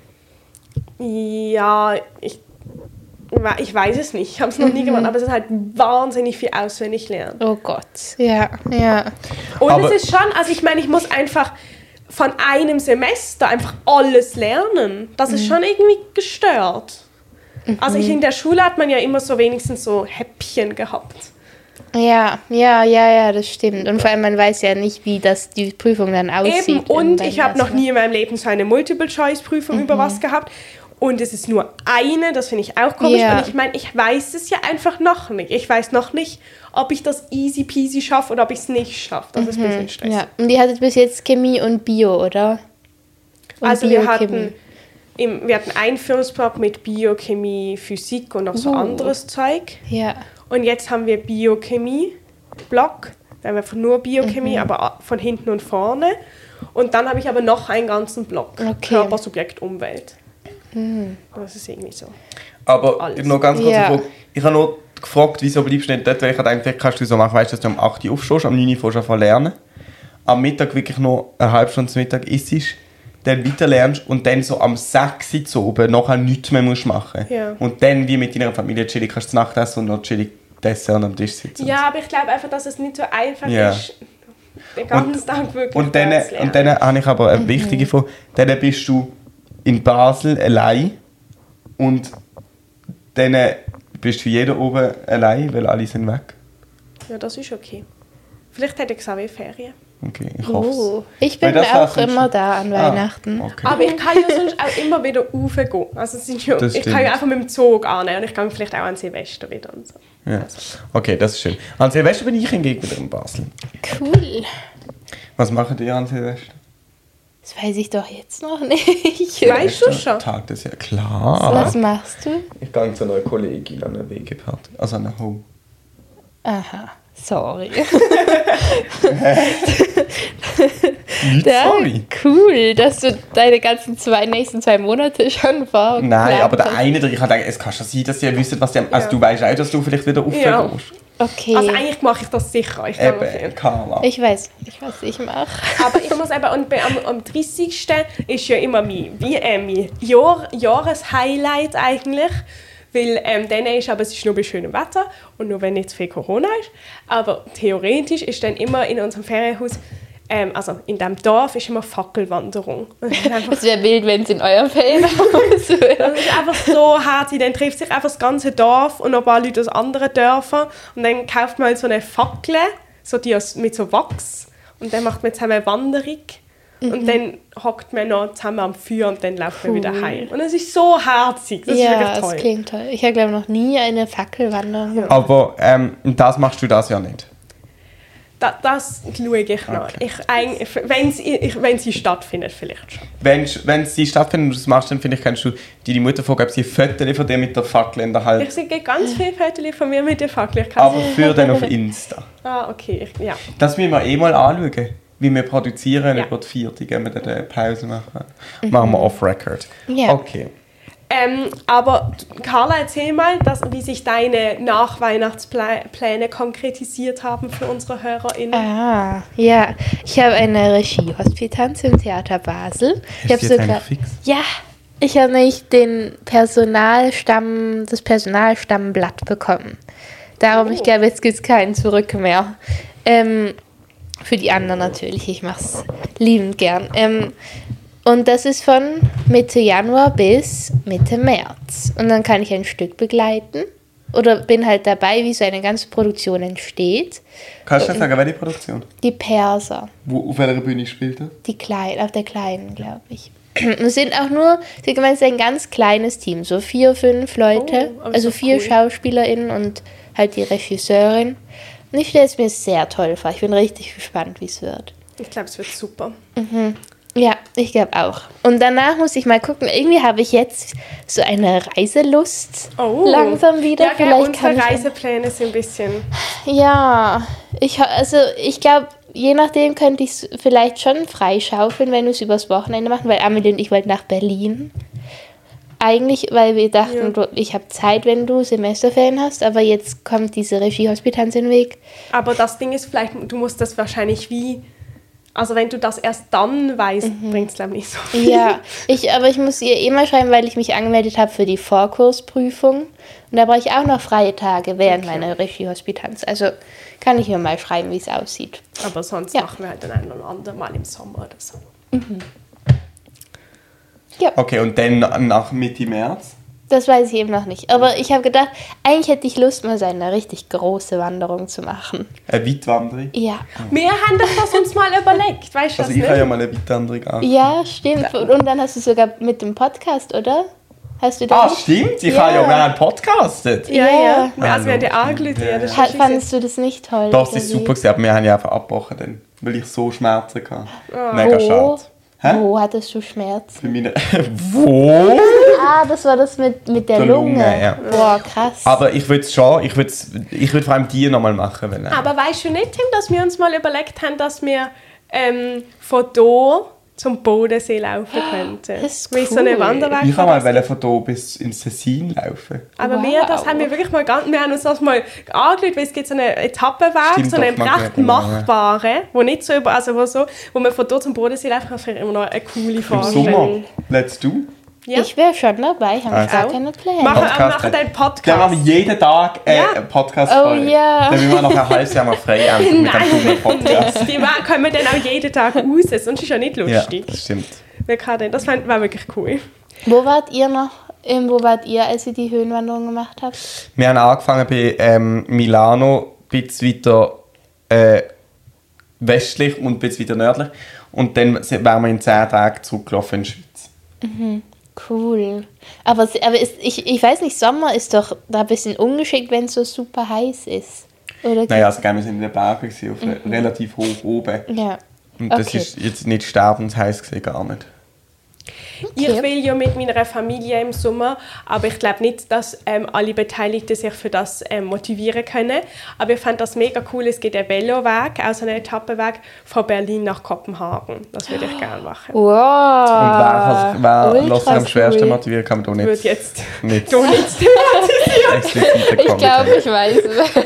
Ja, ich weiß es nicht. Ich habe es noch nie gemacht, aber es ist halt wahnsinnig viel auswendig lernen. Oh Gott. Ja, ja. Und Aber- es ist schon, also ich meine, ich muss einfach von einem Semester einfach alles lernen. Das ist schon irgendwie gestört. Also in der Schule hat man ja immer so wenigstens so Häppchen gehabt. Ja, das stimmt. Und vor allem, man weiß ja nicht, wie die Prüfung dann aussieht. Eben, und ich habe noch ersten- nie in meinem Leben so eine Multiple-Choice-Prüfung über was gehabt. Und es ist nur eine, das finde ich auch komisch. Ja. Und ich meine, ich weiß es ja einfach noch nicht. Ich weiß noch nicht, ob ich das easy peasy schaffe oder ob ich es nicht schaffe. Das ist ein bisschen stressig. Ja, und ihr hattet bis jetzt Chemie und Bio, oder? Und Also wir Biochemie. hatten Einführungsblock mit Biochemie, Physik und noch so anderes Zeug. Ja. Und jetzt haben wir Biochemie-Block. Da haben wir einfach nur Biochemie, aber von hinten und vorne. Und dann habe ich aber noch einen ganzen Block. Okay. Körper, Subjekt, Umwelt. Das ist irgendwie so. Aber Alles. noch ganz kurz, Ja. ich habe nur gefragt, wieso bleibst du nicht dort, weil ich dachte, vielleicht kannst du so machen, weißt du, dass du um 8 Uhr aufstehst, am 9 Uhr fährst du an lernen, am Mittag wirklich noch eine halbe Stunde zum Mittag isst, dann weiter lernst und dann so am 6 Uhr zu oben nachher nichts mehr musst machen. Ja. Und dann wie mit deiner Familie chillig kannst du Nacht essen und noch chillig Dessert am Tisch sitzen. Ja, aber ich glaube einfach, dass es nicht so einfach Ja. ist, den ganzen Tag wirklich Und dann zu lernen. habe ich aber eine wichtige Frage. Dann bist du in Basel allein und dann bist du für jeden oben allein, weil alle sind weg. Ja, das ist okay. Vielleicht hätte ich Xavier Ferien. Okay, ich hoffe es. Oh. Ich Weil bin das wär's auch sonst immer schon. da an Weihnachten. Okay. Aber ich kann ja sonst auch immer wieder raufgehen. Also es ist ja, Das ich kann stimmt. ja einfach mit dem Zug annehmen und ich gehe vielleicht auch an Silvester wieder und so. Ja. Okay, das ist schön. An Silvester bin ich hingegen wieder in Basel. Cool. Was machen die an Silvester? Das weiß ich doch jetzt noch nicht. Weißt du schon? Tag des Jahres. Klar. Was machst du? Ich gehe zu einer Kollegin an einer WG-Party. Also an einer Home. Aha, sorry. Nicht Ja, sorry. cool, dass du deine ganzen nächsten 2 Monate schon vor. Nein, aber der eine, ich habe gedacht, es kann schon sein, dass sie wissen, was sie haben. Also du weißt auch, dass du vielleicht wieder aufgehst. Ja. Okay. Also eigentlich mache ich das sicher. Ich glaube, Eben, Carla. Ich weiß, was ich mache. aber ich muss eben, und am 30. ist ja immer mein Jahreshighlight eigentlich. Weil dann ist, aber es ist nur bei schönem Wetter und nur wenn nicht zu viel Corona ist. Aber theoretisch ist dann immer in unserem Ferienhaus, also in diesem Dorf, ist immer Fackelwanderung. Und das ist einfach Es wäre wild, wenn es in eurem Ferienhaus wäre. das ist einfach so herzig. Dann trifft sich einfach das ganze Dorf und noch ein paar Leute aus anderen Dörfern. Und dann kauft man halt so eine Fackel, so die mit so Wachs. Und dann macht man zusammen eine Wanderung. Und dann hockt man noch zusammen am Feuer und dann läuft man wieder heim. Und es ist so herzig. Das ist Ja, wirklich das toll. klingt toll. Ich habe, glaube ich, noch nie eine Fackelwanderung gemacht. Aber das machst du das ja nicht. Das schaue ich noch. Okay. Wenn sie stattfindet, vielleicht schon. Wenn sie stattfindet und du das machst, dann finde ich, kannst du deine Mutter fragen, ob sie ein Foto von dir mit der Fackel in der Hand. Ich sehe ganz viele Fotos von mir mit der Fackel. Ich kann Aber für dann auf Insta. okay. Ja. Das müssen wir mal anschauen, wie wir produzieren Ja. über die Vierte, wenn wir dann eine Pause machen. Machen wir off-record. Ja. Okay. Aber Carla, erzähl mal, wie sich deine Nachweihnachtspläne konkretisiert haben für unsere HörerInnen. Ah, ja. Ich habe eine Regie-Hospitanz im Theater Basel. Ich habe Ist jetzt eigentlich fix? Ja, ich habe nämlich das Personalstammblatt bekommen. Darum, ich glaube, jetzt gibt es keinen Zurück mehr. Für die anderen natürlich, ich mache es liebend gern. Und das ist von Mitte Januar bis Mitte März. Und dann kann ich ein Stück begleiten oder bin halt dabei, wie so eine ganze Produktion entsteht. Kannst du nicht sagen, welche Produktion? Die Perser, Auf welcher Bühne spielt er? auf der kleinen, glaube ich. Und es sind auch nur, sie gemeint, es ist ein ganz kleines Team, so 4, 5 Leute, Oh, aber also ist doch 4 cool. SchauspielerInnen und halt die Regisseurin. Und ich stelle es mir sehr toll vor. Ich bin richtig gespannt, wie es wird. Ich glaube, es wird super. Ja, ich glaube auch. Und danach muss ich mal gucken, irgendwie habe ich jetzt so eine Reiselust langsam wieder. Ja, gell, Vielleicht kann unsere ich Reisepläne sind ein bisschen... Ja, ich glaube, je nachdem könnte ich es vielleicht schon freischaufeln, wenn wir es übers Wochenende machen, weil Amelie und ich wollten nach Berlin. eigentlich, weil wir dachten, ich habe Zeit, wenn du Semesterferien hast, aber jetzt kommt diese Regiehospitanz in den Weg. Aber das Ding ist vielleicht, du musst das wahrscheinlich also wenn du das erst dann weißt, bringt es glaube ich nicht so viel. Ja, aber ich muss ihr immer schreiben, weil ich mich angemeldet habe für die Vorkursprüfung. Und da brauche ich auch noch freie Tage während meiner Regiehospitanz. Also kann ich ihr mal schreiben, wie es aussieht. Aber sonst machen wir halt dann ein oder andere Mal im Sommer oder so. Ja. Okay, und dann nach Mitte März? Das weiß ich eben noch nicht. Aber ich habe gedacht, eigentlich hätte ich Lust, mal so eine richtig große Wanderung zu machen. Eine Weitwanderung? Ja. Wir haben das uns mal überlegt, weißt du Also das ich habe nicht? ja mal eine Weitwanderung angefangen. Ja, stimmt. Und dann hast du sogar mit dem Podcast, oder? Hast du das? Stimmt, wir Ja. haben podcastet. Ja. Ja. Also wir haben die angerufen. Ja, das ist schon Fandest du das nicht toll? Doch, das oder ist wie? super gewesen, aber wir haben ja einfach abgebrochen dann, weil ich so Schmerzen hatte. Mega Wo? schade. Hä? Wo hattest du Schmerzen? Für meine... Wo? Das war das mit der Der Lunge. Lunge, ja. Boah, krass. Aber ich würde es schon, ich würde vor allem die nochmal machen wollen. Aber weißt du nicht, Tim, dass wir uns mal überlegt haben, dass wir von hier zum Bodensee laufen könnten? Das ist Wie so eine cool. Wanderweg. Ich kann mal von hier bis ins Tessin laufen. Aber Wow. das haben wir wirklich mal wir haben uns das mal angeschaut, weil es gibt so einen Etappenweg, Stimmt, so einen doch, mag recht ich, ja. machbaren, wo nicht so wo man von dort zum Bodensee laufen kann, finde ich immer noch eine coole Im Vorstellung. Sommer. Let's do. Ja. Ich wäre schon dabei, habe ich gar Auch. keine Pläne. Machen einen Dann Podcast. machen wir jeden Tag Ja. einen Podcast. Oh ja. Dann müssen wir noch ein halbes Jahr mal frei enden mit einem dummen Podcast. Die können wir dann auch jeden Tag raus, sonst ist ja nicht Ja, lustig. das stimmt. Wer kann denn? Das war wirklich cool. Wo wart ihr, als ihr die Höhenwanderung gemacht habt? Wir haben angefangen bei Milano, ein bisschen weiter westlich und ein bisschen weiter nördlich. Und dann wären wir in 10 Tagen zurückgelaufen in die Schweiz. Cool. Aber ich weiß nicht, Sommer ist doch da ein bisschen ungeschickt, wenn es so super heiß ist. Oder? Naja, also wir sind in den Bergen, auf relativ hoch oben. Ja. Und das Okay. ist jetzt nicht sterbensheiß gewesen, gar nicht. Ich will ja mit meiner Familie im Sommer, aber ich glaube nicht, dass alle Beteiligten sich für das motivieren können. Aber ich fand das mega cool. Es gibt einen Veloweg, also einen Etappenweg von Berlin nach Kopenhagen. Das würde ich gerne machen. Wow. Und wer Ultra lässt sich am schwersten cool. motivieren, kann man da Ich würde nicht, jetzt nicht hier nicht explizit Ich kommen. glaube, ich weiß.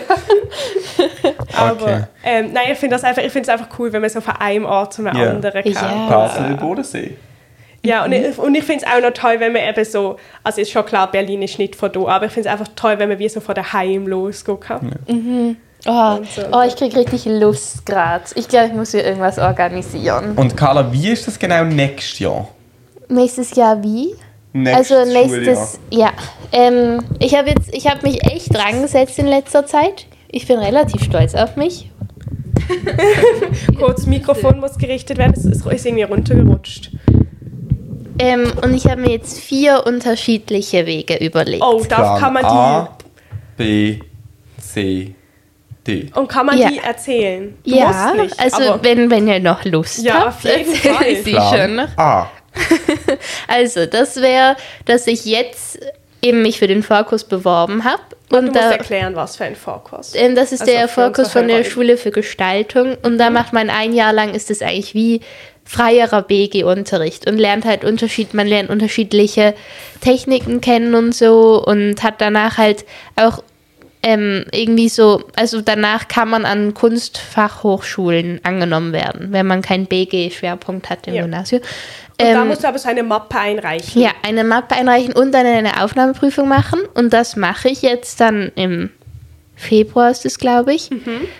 aber nein, ich finde es einfach cool, wenn man so von einem Ort zu einem Ja. anderen kann. Ja. Basel, Bodensee. Ja, und ich finde es auch noch toll, wenn man eben so, also ist schon klar, Berlin ist nicht von da, aber ich finde es einfach toll, wenn man wie so von daheim losgehen kann. Oh, ich kriege richtig Lust gerade. Ich glaube, ich muss hier irgendwas organisieren. Und Carla, wie ist das genau nächstes Jahr? Nächstes Jahr wie? Nächstes Also nächstes, ja. Ich habe mich echt dran gesetzt in letzter Zeit. Ich bin relativ stolz auf mich. Kurz, das Mikrofon muss gerichtet werden, es ist irgendwie runtergerutscht. Und ich habe mir jetzt 4 unterschiedliche Wege überlegt. Oh, da kann man A, B, C, D. Und kann man Ja. die erzählen? Du Ja, musst nicht, also aber wenn ihr noch Lust Ja, habt, auf jeden erzähle Fall. ich sie Plan schon. A. Also, das wäre, dass ich jetzt eben mich für den Vorkurs beworben habe. du Und musst da, erklären, was für ein Vorkurs. das ist Also der für Vorkurs unsere von der Hörer. Schule für Gestaltung. Und da macht man ein Jahr lang, ist es eigentlich wie freierer BG-Unterricht und lernt halt man lernt unterschiedliche Techniken kennen und so und hat danach halt auch irgendwie so, also danach kann man an Kunstfachhochschulen angenommen werden, wenn man keinen BG-Schwerpunkt hat im Ja. Gymnasium. Und da musst du aber so eine Mappe einreichen. Ja, eine Mappe einreichen und dann eine Aufnahmeprüfung machen. Und das mache ich jetzt dann im Februar, ist es, glaube ich.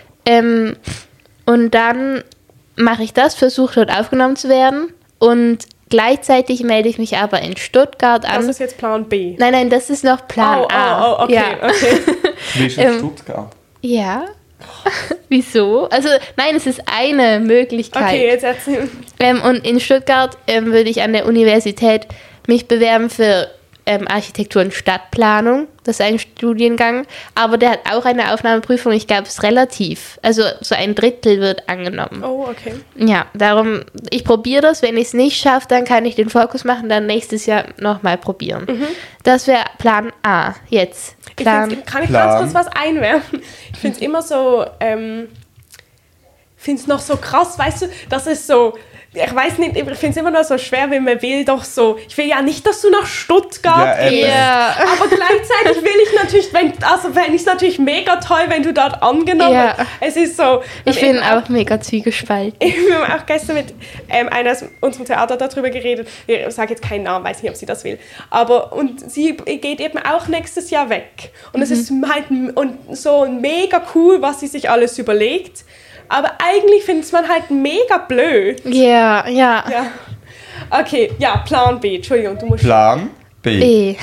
Und dann mache ich das, versuche dort aufgenommen zu werden. Und gleichzeitig melde ich mich aber in Stuttgart an. Das ist jetzt Plan B. Nein, das ist noch Plan A. Oh, okay, Ja. okay. Du bist in Stuttgart. Ja. Wieso? Also, nein, es ist eine Möglichkeit. Okay, jetzt erzähl. Und in Stuttgart würde ich an der Universität mich bewerben für Architektur und Stadtplanung. Das ist ein Studiengang. Aber der hat auch eine Aufnahmeprüfung. Ich glaube, es ist relativ. Also so ein Drittel wird angenommen. Oh, okay. Ja, darum, ich probiere das. Wenn ich es nicht schaffe, dann kann ich den Fokus machen, dann nächstes Jahr nochmal probieren. Das wäre Plan A. Jetzt. Plan. Kann ich Plan. ganz kurz was einwerfen? Ich finde es immer so, finde es noch so krass, weißt du, dass es so ich weiß nicht, ich finde es immer noch so schwer, wenn man will doch so, ich will ja nicht, dass du nach Stuttgart gehst, aber gleichzeitig will ich natürlich, fände ich es natürlich mega toll, wenn du dort angenommen Ja. Es ist so... Ich bin auch mega zwiegespalten. Wir haben auch gestern mit einer aus unserem Theater darüber geredet. Ich sage jetzt keinen Namen, weiß nicht, ob sie das will. Und sie geht eben auch nächstes Jahr weg. Und es ist halt so mega cool, was sie sich alles überlegt. Aber eigentlich findet man halt mega blöd. Ja. Ja. Okay, ja, Plan B. Entschuldigung, du musst... Plan B.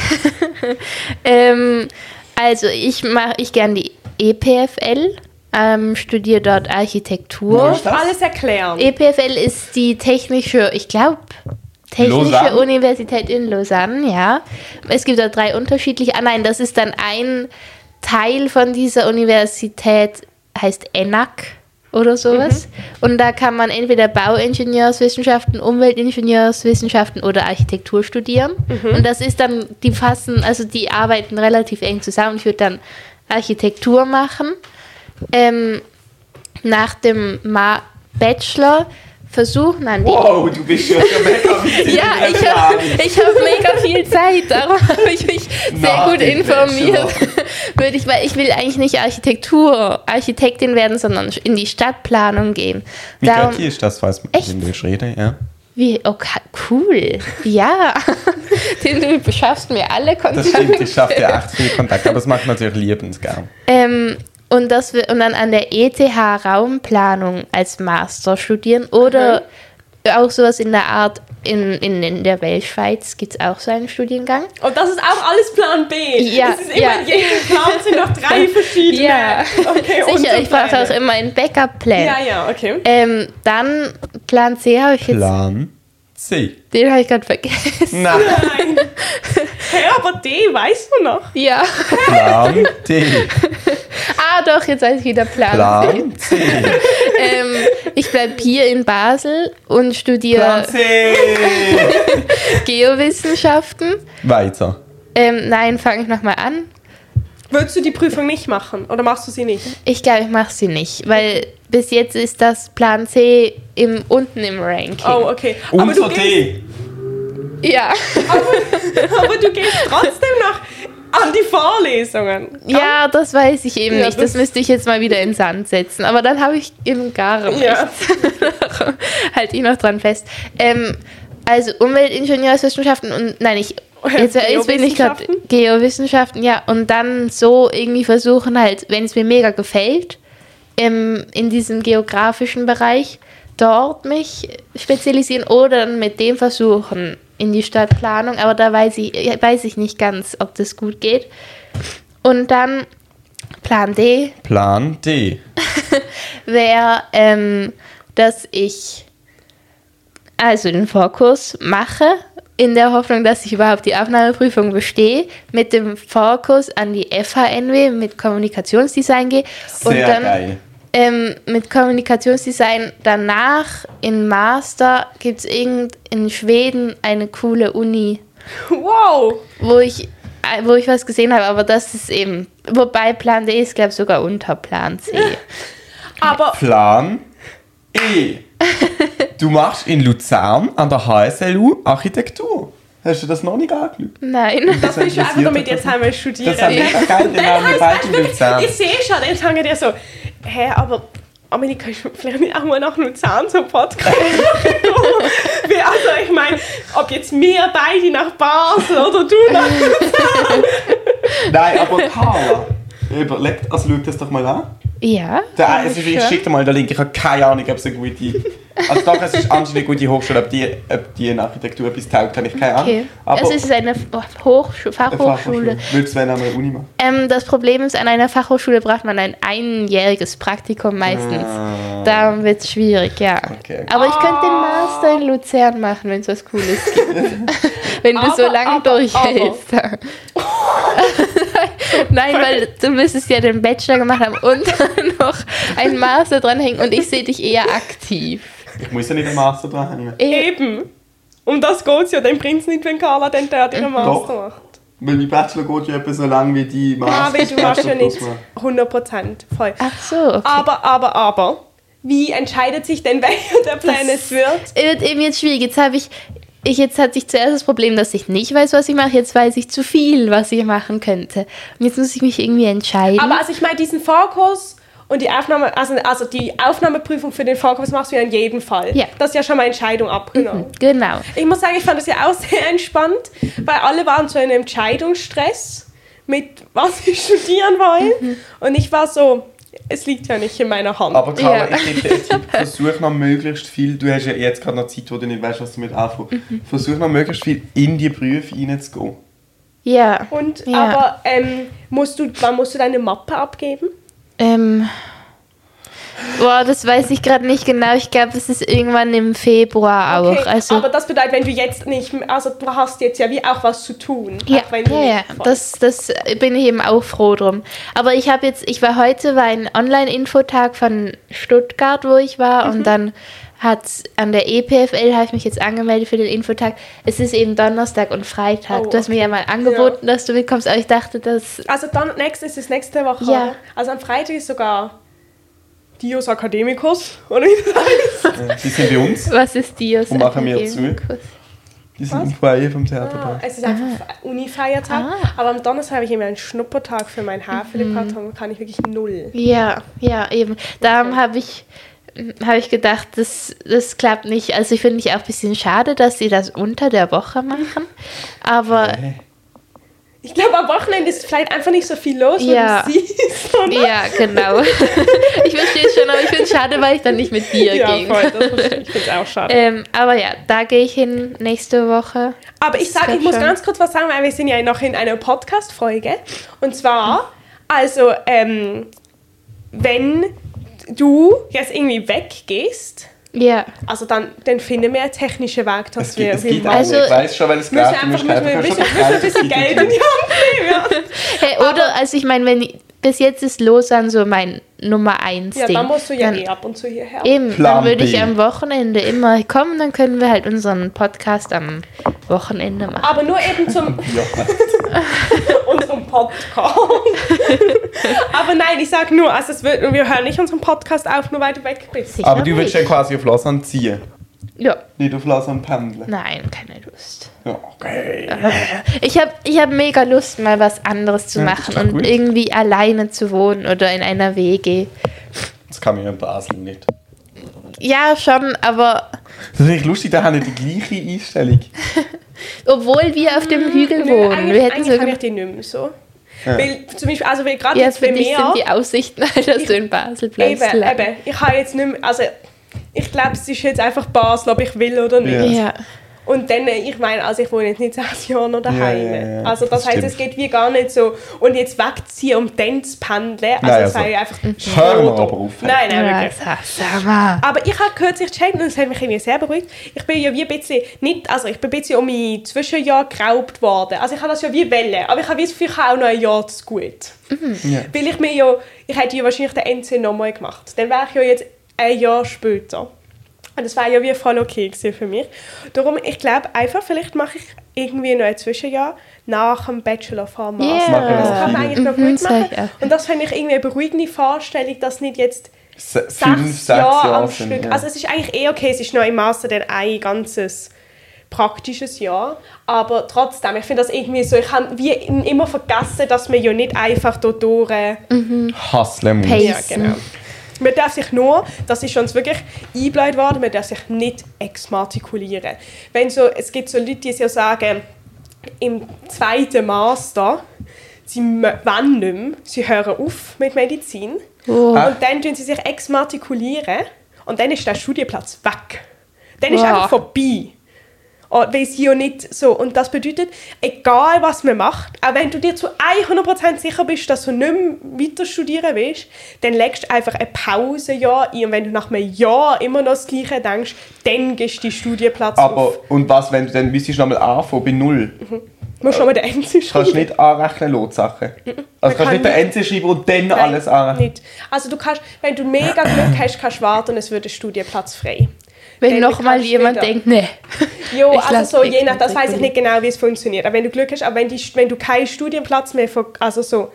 Also ich gern die EPFL, studiere dort Architektur. Wo ist das? Alles erklären. EPFL ist die technische Lausanne? Universität in Lausanne, ja. Es gibt da 3 unterschiedliche. Nein, das ist dann ein Teil von dieser Universität, heißt ENAC oder sowas. Und da kann man entweder Bauingenieurswissenschaften, Umweltingenieurswissenschaften oder Architektur studieren. Und das ist dann, die arbeiten relativ eng zusammen. Ich würde dann Architektur machen. Nach dem Bachelor versuchen an die... Wow, du bist ja schon mega weit. Ja, ich hab mega viel Zeit, darum habe ich mich sehr gut informiert. Weil ich will eigentlich nicht Architektin werden, sondern in die Stadtplanung gehen. Wie göttlich ist das, falls man in der Rede, ja. Wie, okay, cool. Ja, du beschaffst mir alle Kontakte. Das stimmt, ich schaffe ja echt viel Kontakt, aber das macht natürlich liebensgern. Und dann an der ETH Raumplanung als Master studieren oder auch sowas in der Art, in der Weltschweiz gibt es auch so einen Studiengang. Und das ist auch alles Plan B. Ja, es ist immer, in jedem Plan sind noch 3 verschiedene. Ja, okay, sicher, ich brauche auch immer einen Backup-Plan. Ja, okay. Dann Plan C habe ich jetzt... Plan C. Den habe ich gerade vergessen. Nein. Hey, aber D weißt du noch? Ja. Plan D. Doch, jetzt weiß ich wieder Plan C. Ich bleibe hier in Basel und studiere Plan C. Geowissenschaften. Weiter. Nein, fange ich nochmal an. Würdest du die Prüfung nicht machen oder machst du sie nicht? Ich glaube, ich mache sie nicht, weil bis jetzt ist das Plan C unten im Ranking. Oh, okay. Aber Unter D. Ja. Aber du gehst trotzdem noch an die Vorlesungen. Ja, das weiß ich eben Ja, nicht. Das müsste ich jetzt mal wieder in den Sand setzen. Aber dann habe ich eben gar nichts. Ja. Halte ich noch dran fest. Also Umweltingenieurswissenschaften und jetzt bin ich gerade Geowissenschaften, ja. Und dann so irgendwie versuchen halt, wenn es mir mega gefällt, in diesem geografischen Bereich, dort mich spezialisieren oder mit dem versuchen in die Stadtplanung, aber da weiß ich nicht ganz, ob das gut geht. Und dann Plan D. Plan D. Wäre, dass ich also den Vorkurs mache, in der Hoffnung, dass ich überhaupt die Aufnahmeprüfung bestehe, mit dem Vorkurs an die FHNW mit Kommunikationsdesign gehe und Sehr dann geil. Mit Kommunikationsdesign danach im Master gibt es in Schweden eine coole Uni, Wow. wo ich was gesehen habe, aber das ist eben, wobei Plan D ist, glaube ich, sogar unter Plan C. Aber Plan E. Du machst in Luzern an der HSLU Architektur. Hast du das noch nicht angeschaut? Nein. das willst du einfach damit jetzt einmal studieren. Das ist mega geil, den haben wir beide in Luzern. Ich sehe schon, dann sagen die so, hä, aber Amelie, kannst du vielleicht nicht auch mal nach Luzern zum Podcast machen? Also ich meine, ob jetzt wir beide nach Basel oder du nach Luzern. Nein, aber Carla, überlegt, also schau das doch mal an. Ja. Ich schicke dir mal den Link, ich habe keine Ahnung, ob es eine gute... Also doch, es ist anscheinend eine gute Hochschule, ob die in Architektur etwas taugt, habe ich keine Ahnung. Okay. Aber Es ist eine Fachhochschule. Willst du eine Uni machen? Das Problem ist, an einer Fachhochschule braucht man ein einjähriges Praktikum meistens. Darum wird es schwierig, ja. Okay. Aber ich könnte den Master in Luzern machen, wenn es was Cooles gibt. Wenn du so lange durchhältst. Nein, weil du müsstest ja den Bachelor gemacht haben und dann noch einen Master dranhängen und ich sehe dich eher aktiv. Ich muss ja nicht den Master dranhängen. Eben. Um das geht es ja dann bringt es nicht, wenn Carla dann dort ihren Master macht. Weil mein Bachelor geht ja etwa so lang wie die Master. Ja, weil du machst ja nicht 100% voll. Ach so, okay. Aber, wie entscheidet sich denn, welcher der Plan es wird? Wird eben jetzt schwierig. Jetzt hatte ich zuerst das Problem, dass ich nicht weiß, was ich mache. Jetzt weiß ich zu viel, was ich machen könnte. Und jetzt muss ich mich irgendwie entscheiden. Aber also ich meine, diesen Vorkurs und die Aufnahme, also die Aufnahmeprüfung für den Vorkurs machst du ja in jedem Fall. Ja. Das ist ja schon mal Entscheidung abgenommen. Genau. Ich muss sagen, ich fand das ja auch sehr entspannt, weil alle waren so in einem Entscheidungsstress mit, was sie studieren wollen. Und ich war so, es liegt ja nicht in meiner Hand. Aber Carla, ich gebe dir einen Tipp, versuch noch möglichst viel, du hast ja jetzt gerade noch Zeit, wo du nicht weißt, was du mit anfängst, versuch noch möglichst viel in die Berufe reinzugehen. Ja. Und, ja. aber wann musst du deine Mappe abgeben? Das weiß ich gerade nicht genau. Ich glaube, es ist irgendwann im Februar auch. Okay, Also, aber das bedeutet, wenn du jetzt nicht, also du hast jetzt ja wie auch was zu tun. ja, auch wenn du ja, nicht das bin ich eben auch froh drum. Aber heute war ein Online-Infotag von Stuttgart, wo ich war, und dann hat an der EPFL, habe ich mich jetzt angemeldet für den Infotag. Es ist eben Donnerstag und Freitag. Oh, Du hast mir ja mal angeboten, dass du mitkommst, aber ich dachte, dass... Also dann ist es nächste Woche. Ja. Also am Freitag ist sogar Dios Academicus, oder wie das heißt. Die sind bei uns, Was ist Dios? Und machen wir zu? die sind im Foyer vom Theaterpark. Es ist einfach Uni-Feiertag, aber am Donnerstag habe ich immer einen Schnuppertag für meinen Haferli-Karton, kann ich wirklich 0. Ja, eben. Darum habe ich gedacht, das klappt nicht. Also ich finde ich auch ein bisschen schade, dass sie das unter der Woche machen. Aber Ich glaube, am Wochenende ist vielleicht einfach nicht so viel los, Ja. wie du siehst, oder? ja, genau. Ich verstehe es schon, aber ich finde es schade, weil ich dann nicht mit dir Ja, ging. voll, das verstehe ich. Ich finde es auch schade. Aber ja, da gehe ich hin nächste Woche. Aber ich Das muss schon. ganz kurz was sagen, weil wir sind ja noch in einer Podcast-Folge. Und zwar, also, wenn du jetzt irgendwie weggehst, Ja. also dann finden wir einen technischen Weg, dass wir Es gibt Also- ich weiß schon, weil es müssen geht. müssen wir ein bisschen Geld in die Hand nehmen. Ja. Hey, oder, also ich meine, bis jetzt ist Lausanne so mein Nummer 1 Ja, Ding. dann musst du ja Dann- ab und zu hierher. Eben, Plan dann würde ich B. am Wochenende immer kommen, dann können wir halt unseren Podcast am Wochenende machen. Aber nur eben zum unserem Podcast. Aber nein, ich sage nur, also wir hören nicht unseren Podcast auf, nur weil du weg bist. Sicher Aber du willst ja nicht. quasi auf Lausanne ziehen, Ja, nicht auf Lausanne pendeln. nein, keine Lust. Ja, okay. Ich hab mega Lust, mal was anderes zu Ja, machen ist doch und gut. irgendwie alleine zu wohnen oder in einer WG. Das kann man ja in Basel nicht. Ja, schon, aber Das ist echt lustig, da haben wir die gleiche Einstellung. obwohl wir auf dem Hügel Nö, wohnen. Wir eigentlich hätten kann sogar... ich die nicht mehr so. Ja. Weil zum Beispiel, also weil gerade Ja, jetzt für bei dich mir... sind die Aussichten, dass du in Basel bleibst. Eben. Ich habe jetzt nicht mehr, also ich glaube, es ist jetzt einfach Basel, ob ich will oder nicht. Ja. Ja. Und dann, ich meine, also ich wohne jetzt nicht 6 Jahre noch daheim. Ja. Also das Das heisst, stimmt. es geht wie gar nicht so. Und jetzt wegziehen, um dann zu pendeln, also Nein, das also, wäre ja einfach... hör mal aber auf. Nein, Ja, wirklich. sag mal. Aber ich habe kürzlich gecheckt und das hat mich irgendwie sehr beruhigt. Ich bin ja wie ein bisschen, ich bin ein bisschen um mein Zwischenjahr geraubt worden. Also ich habe das ja wie wollen, aber ich habe wie das Gefühl, ich habe auch noch ein Jahr zu gut. Ja. Weil ich hätte ja wahrscheinlich den NC nochmal gemacht. Dann wäre ich ja jetzt ein Jahr später. Und das wäre ja wie voll okay gewesen für mich. Darum, ich glaube einfach, vielleicht mache ich irgendwie noch ein Zwischenjahr nach dem Bachelor vor Master. Yeah. Das kann man eigentlich noch gut sag machen. ich auch. Und das finde ich irgendwie eine beruhigende Vorstellung, dass nicht jetzt 5, 6 Jahre am Jahre sind. Stück. Ja. Also es ist eigentlich okay, es ist noch im Master dann ein ganzes praktisches Jahr, aber trotzdem, ich finde das irgendwie so, ich habe wie immer vergessen, dass man ja nicht einfach dort durch... Hustlen muss. Pay- Ja, genau. Man darf sich nur, das ist uns wirklich eingebläut worden, man darf sich nicht exmatrikulieren. Es gibt so Leute, die ja sagen, im 2. Master, sie wollen nicht mehr, sie hören auf mit Medizin. Oh. Und dann tun sie sich exmatrikulieren und dann ist der Studienplatz weg. Dann ist Wow. einfach vorbei. Weil sie ja nicht so. Und das bedeutet, egal was man macht, auch wenn du dir zu 100% sicher bist, dass du nicht mehr weiter studieren willst, dann legst du einfach ein Pausenjahr ein. Und wenn du nach einem Jahr immer noch das Gleiche denkst, dann gehst du den Studienplatz auf. Aber, und was, wenn du dann müsstest nochmal anfangen bei 0? Du musst schon mal den NC schreiben. Kannst du nicht anrechnen, Lotsachen? Also kannst du nicht den NC schreiben und dann Nein, alles anrechnen? nicht. Also du kannst, wenn du mega Glück hast, kannst du warten und es wird ein Studienplatz frei. Wenn Dann noch mal kannst du jemand wieder- denkt, ne. Jo, Ich lass also so je nach, das weiß ich exmatrikulieren. nicht genau, wie es funktioniert. Aber wenn du Glück hast, aber wenn du keinen Studienplatz mehr, also so,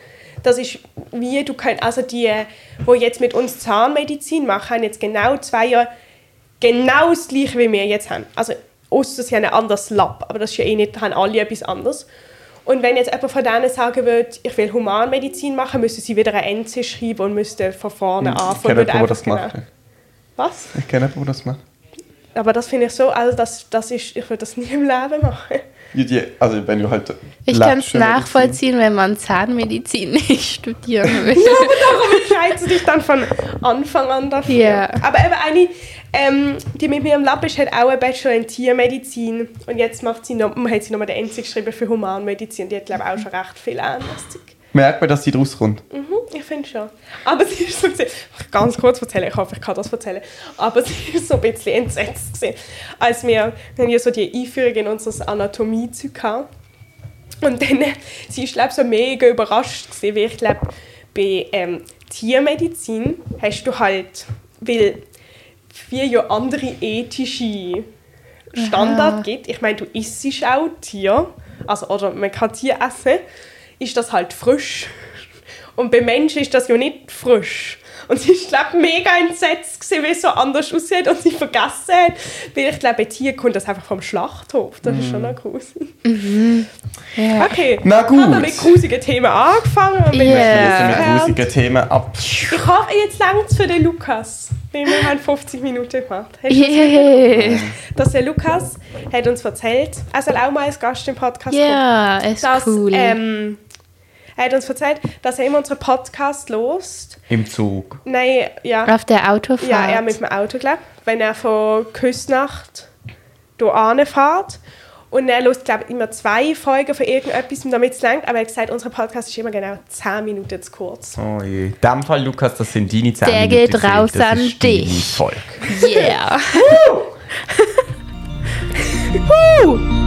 Das ist wie du kannst, also die jetzt mit uns Zahnmedizin machen, haben jetzt genau 2 Jahre genau das Gleiche, wie wir jetzt haben. Also ausser sie haben ein anderes Lab, aber das ist ja eh nicht, haben alle etwas anderes. Und wenn jetzt jemand von denen sagen würde, ich will Humanmedizin machen, müssen sie wieder ein NC schreiben und müssten von vorne anfangen. Ich kenne jemanden, der das macht. Was? Ich kenne jemanden, der das macht. Aber das finde ich so, also das ist, ich würde das nie im Leben machen. Also wenn du halt... Ich kann es nachvollziehen, wenn man Zahnmedizin nicht studieren will. Ja, aber darum entscheidest du dich dann von Anfang an dafür. Ja. Aber eben eine, die mit mir im Lab ist, hat auch einen Bachelor in Tiermedizin. Und jetzt hat sie nochmal den NC geschrieben für Humanmedizin. Die hat, glaube ich, auch schon recht viel anderes Zeug. Merkt man, dass sie draus kommt? Ich finde schon. Aber sie ist so gewesen, ich kann ganz kurz erzählen, ich hoffe, ich kann das erzählen. Aber sie ist so ein bisschen entsetzt gewesen, als wir haben ja so die Einführung in unser Anatomie-Zeug hatten. Und dann, sie ist, glaube ich, so mega überrascht gewesen, weil ich glaube, bei Tiermedizin hast du halt, weil es ja andere ethische Standards gibt. Ich meine, du isst auch Tier, also, oder man kann Tier essen, ist das halt frisch. Und bei Menschen ist das ja nicht frisch. Und sie ist, glaube ich, mega entsetzt gewesen, wie es so anders aussieht und sie vergessen hat. Weil ich glaube, bei Tieren kommt das einfach vom Schlachthof. Das ist schon noch grusig. Ja. Okay, na gut. Haben wir mit grusigen Themen angefangen und Wir müssen mit grusigen Themen ab. Ich hoffe, jetzt langt es für den Lukas. Weil wir haben 50 Minuten gemacht. Hast du Yeah. dass der Lukas hat uns erzählt, er soll auch mal als Gast im Podcast Ja, ist dass, cool. er hat uns erzählt, dass er immer unseren Podcast hört. Im Zug. Nein, ja. Auf der Autofahrt. Ja, er mit dem Auto, glaube ich. Wenn er von Küstnacht hierher fährt. Und er hört, glaube ich, immer 2 Folgen von irgendetwas, damit es langt. Aber er hat gesagt, unser Podcast ist immer genau 10 Minuten zu kurz. Oh je. In dem Fall, Lukas, das sind deine 10 Der Minuten. geht raus das an ist dich. deine Folge. Yeah.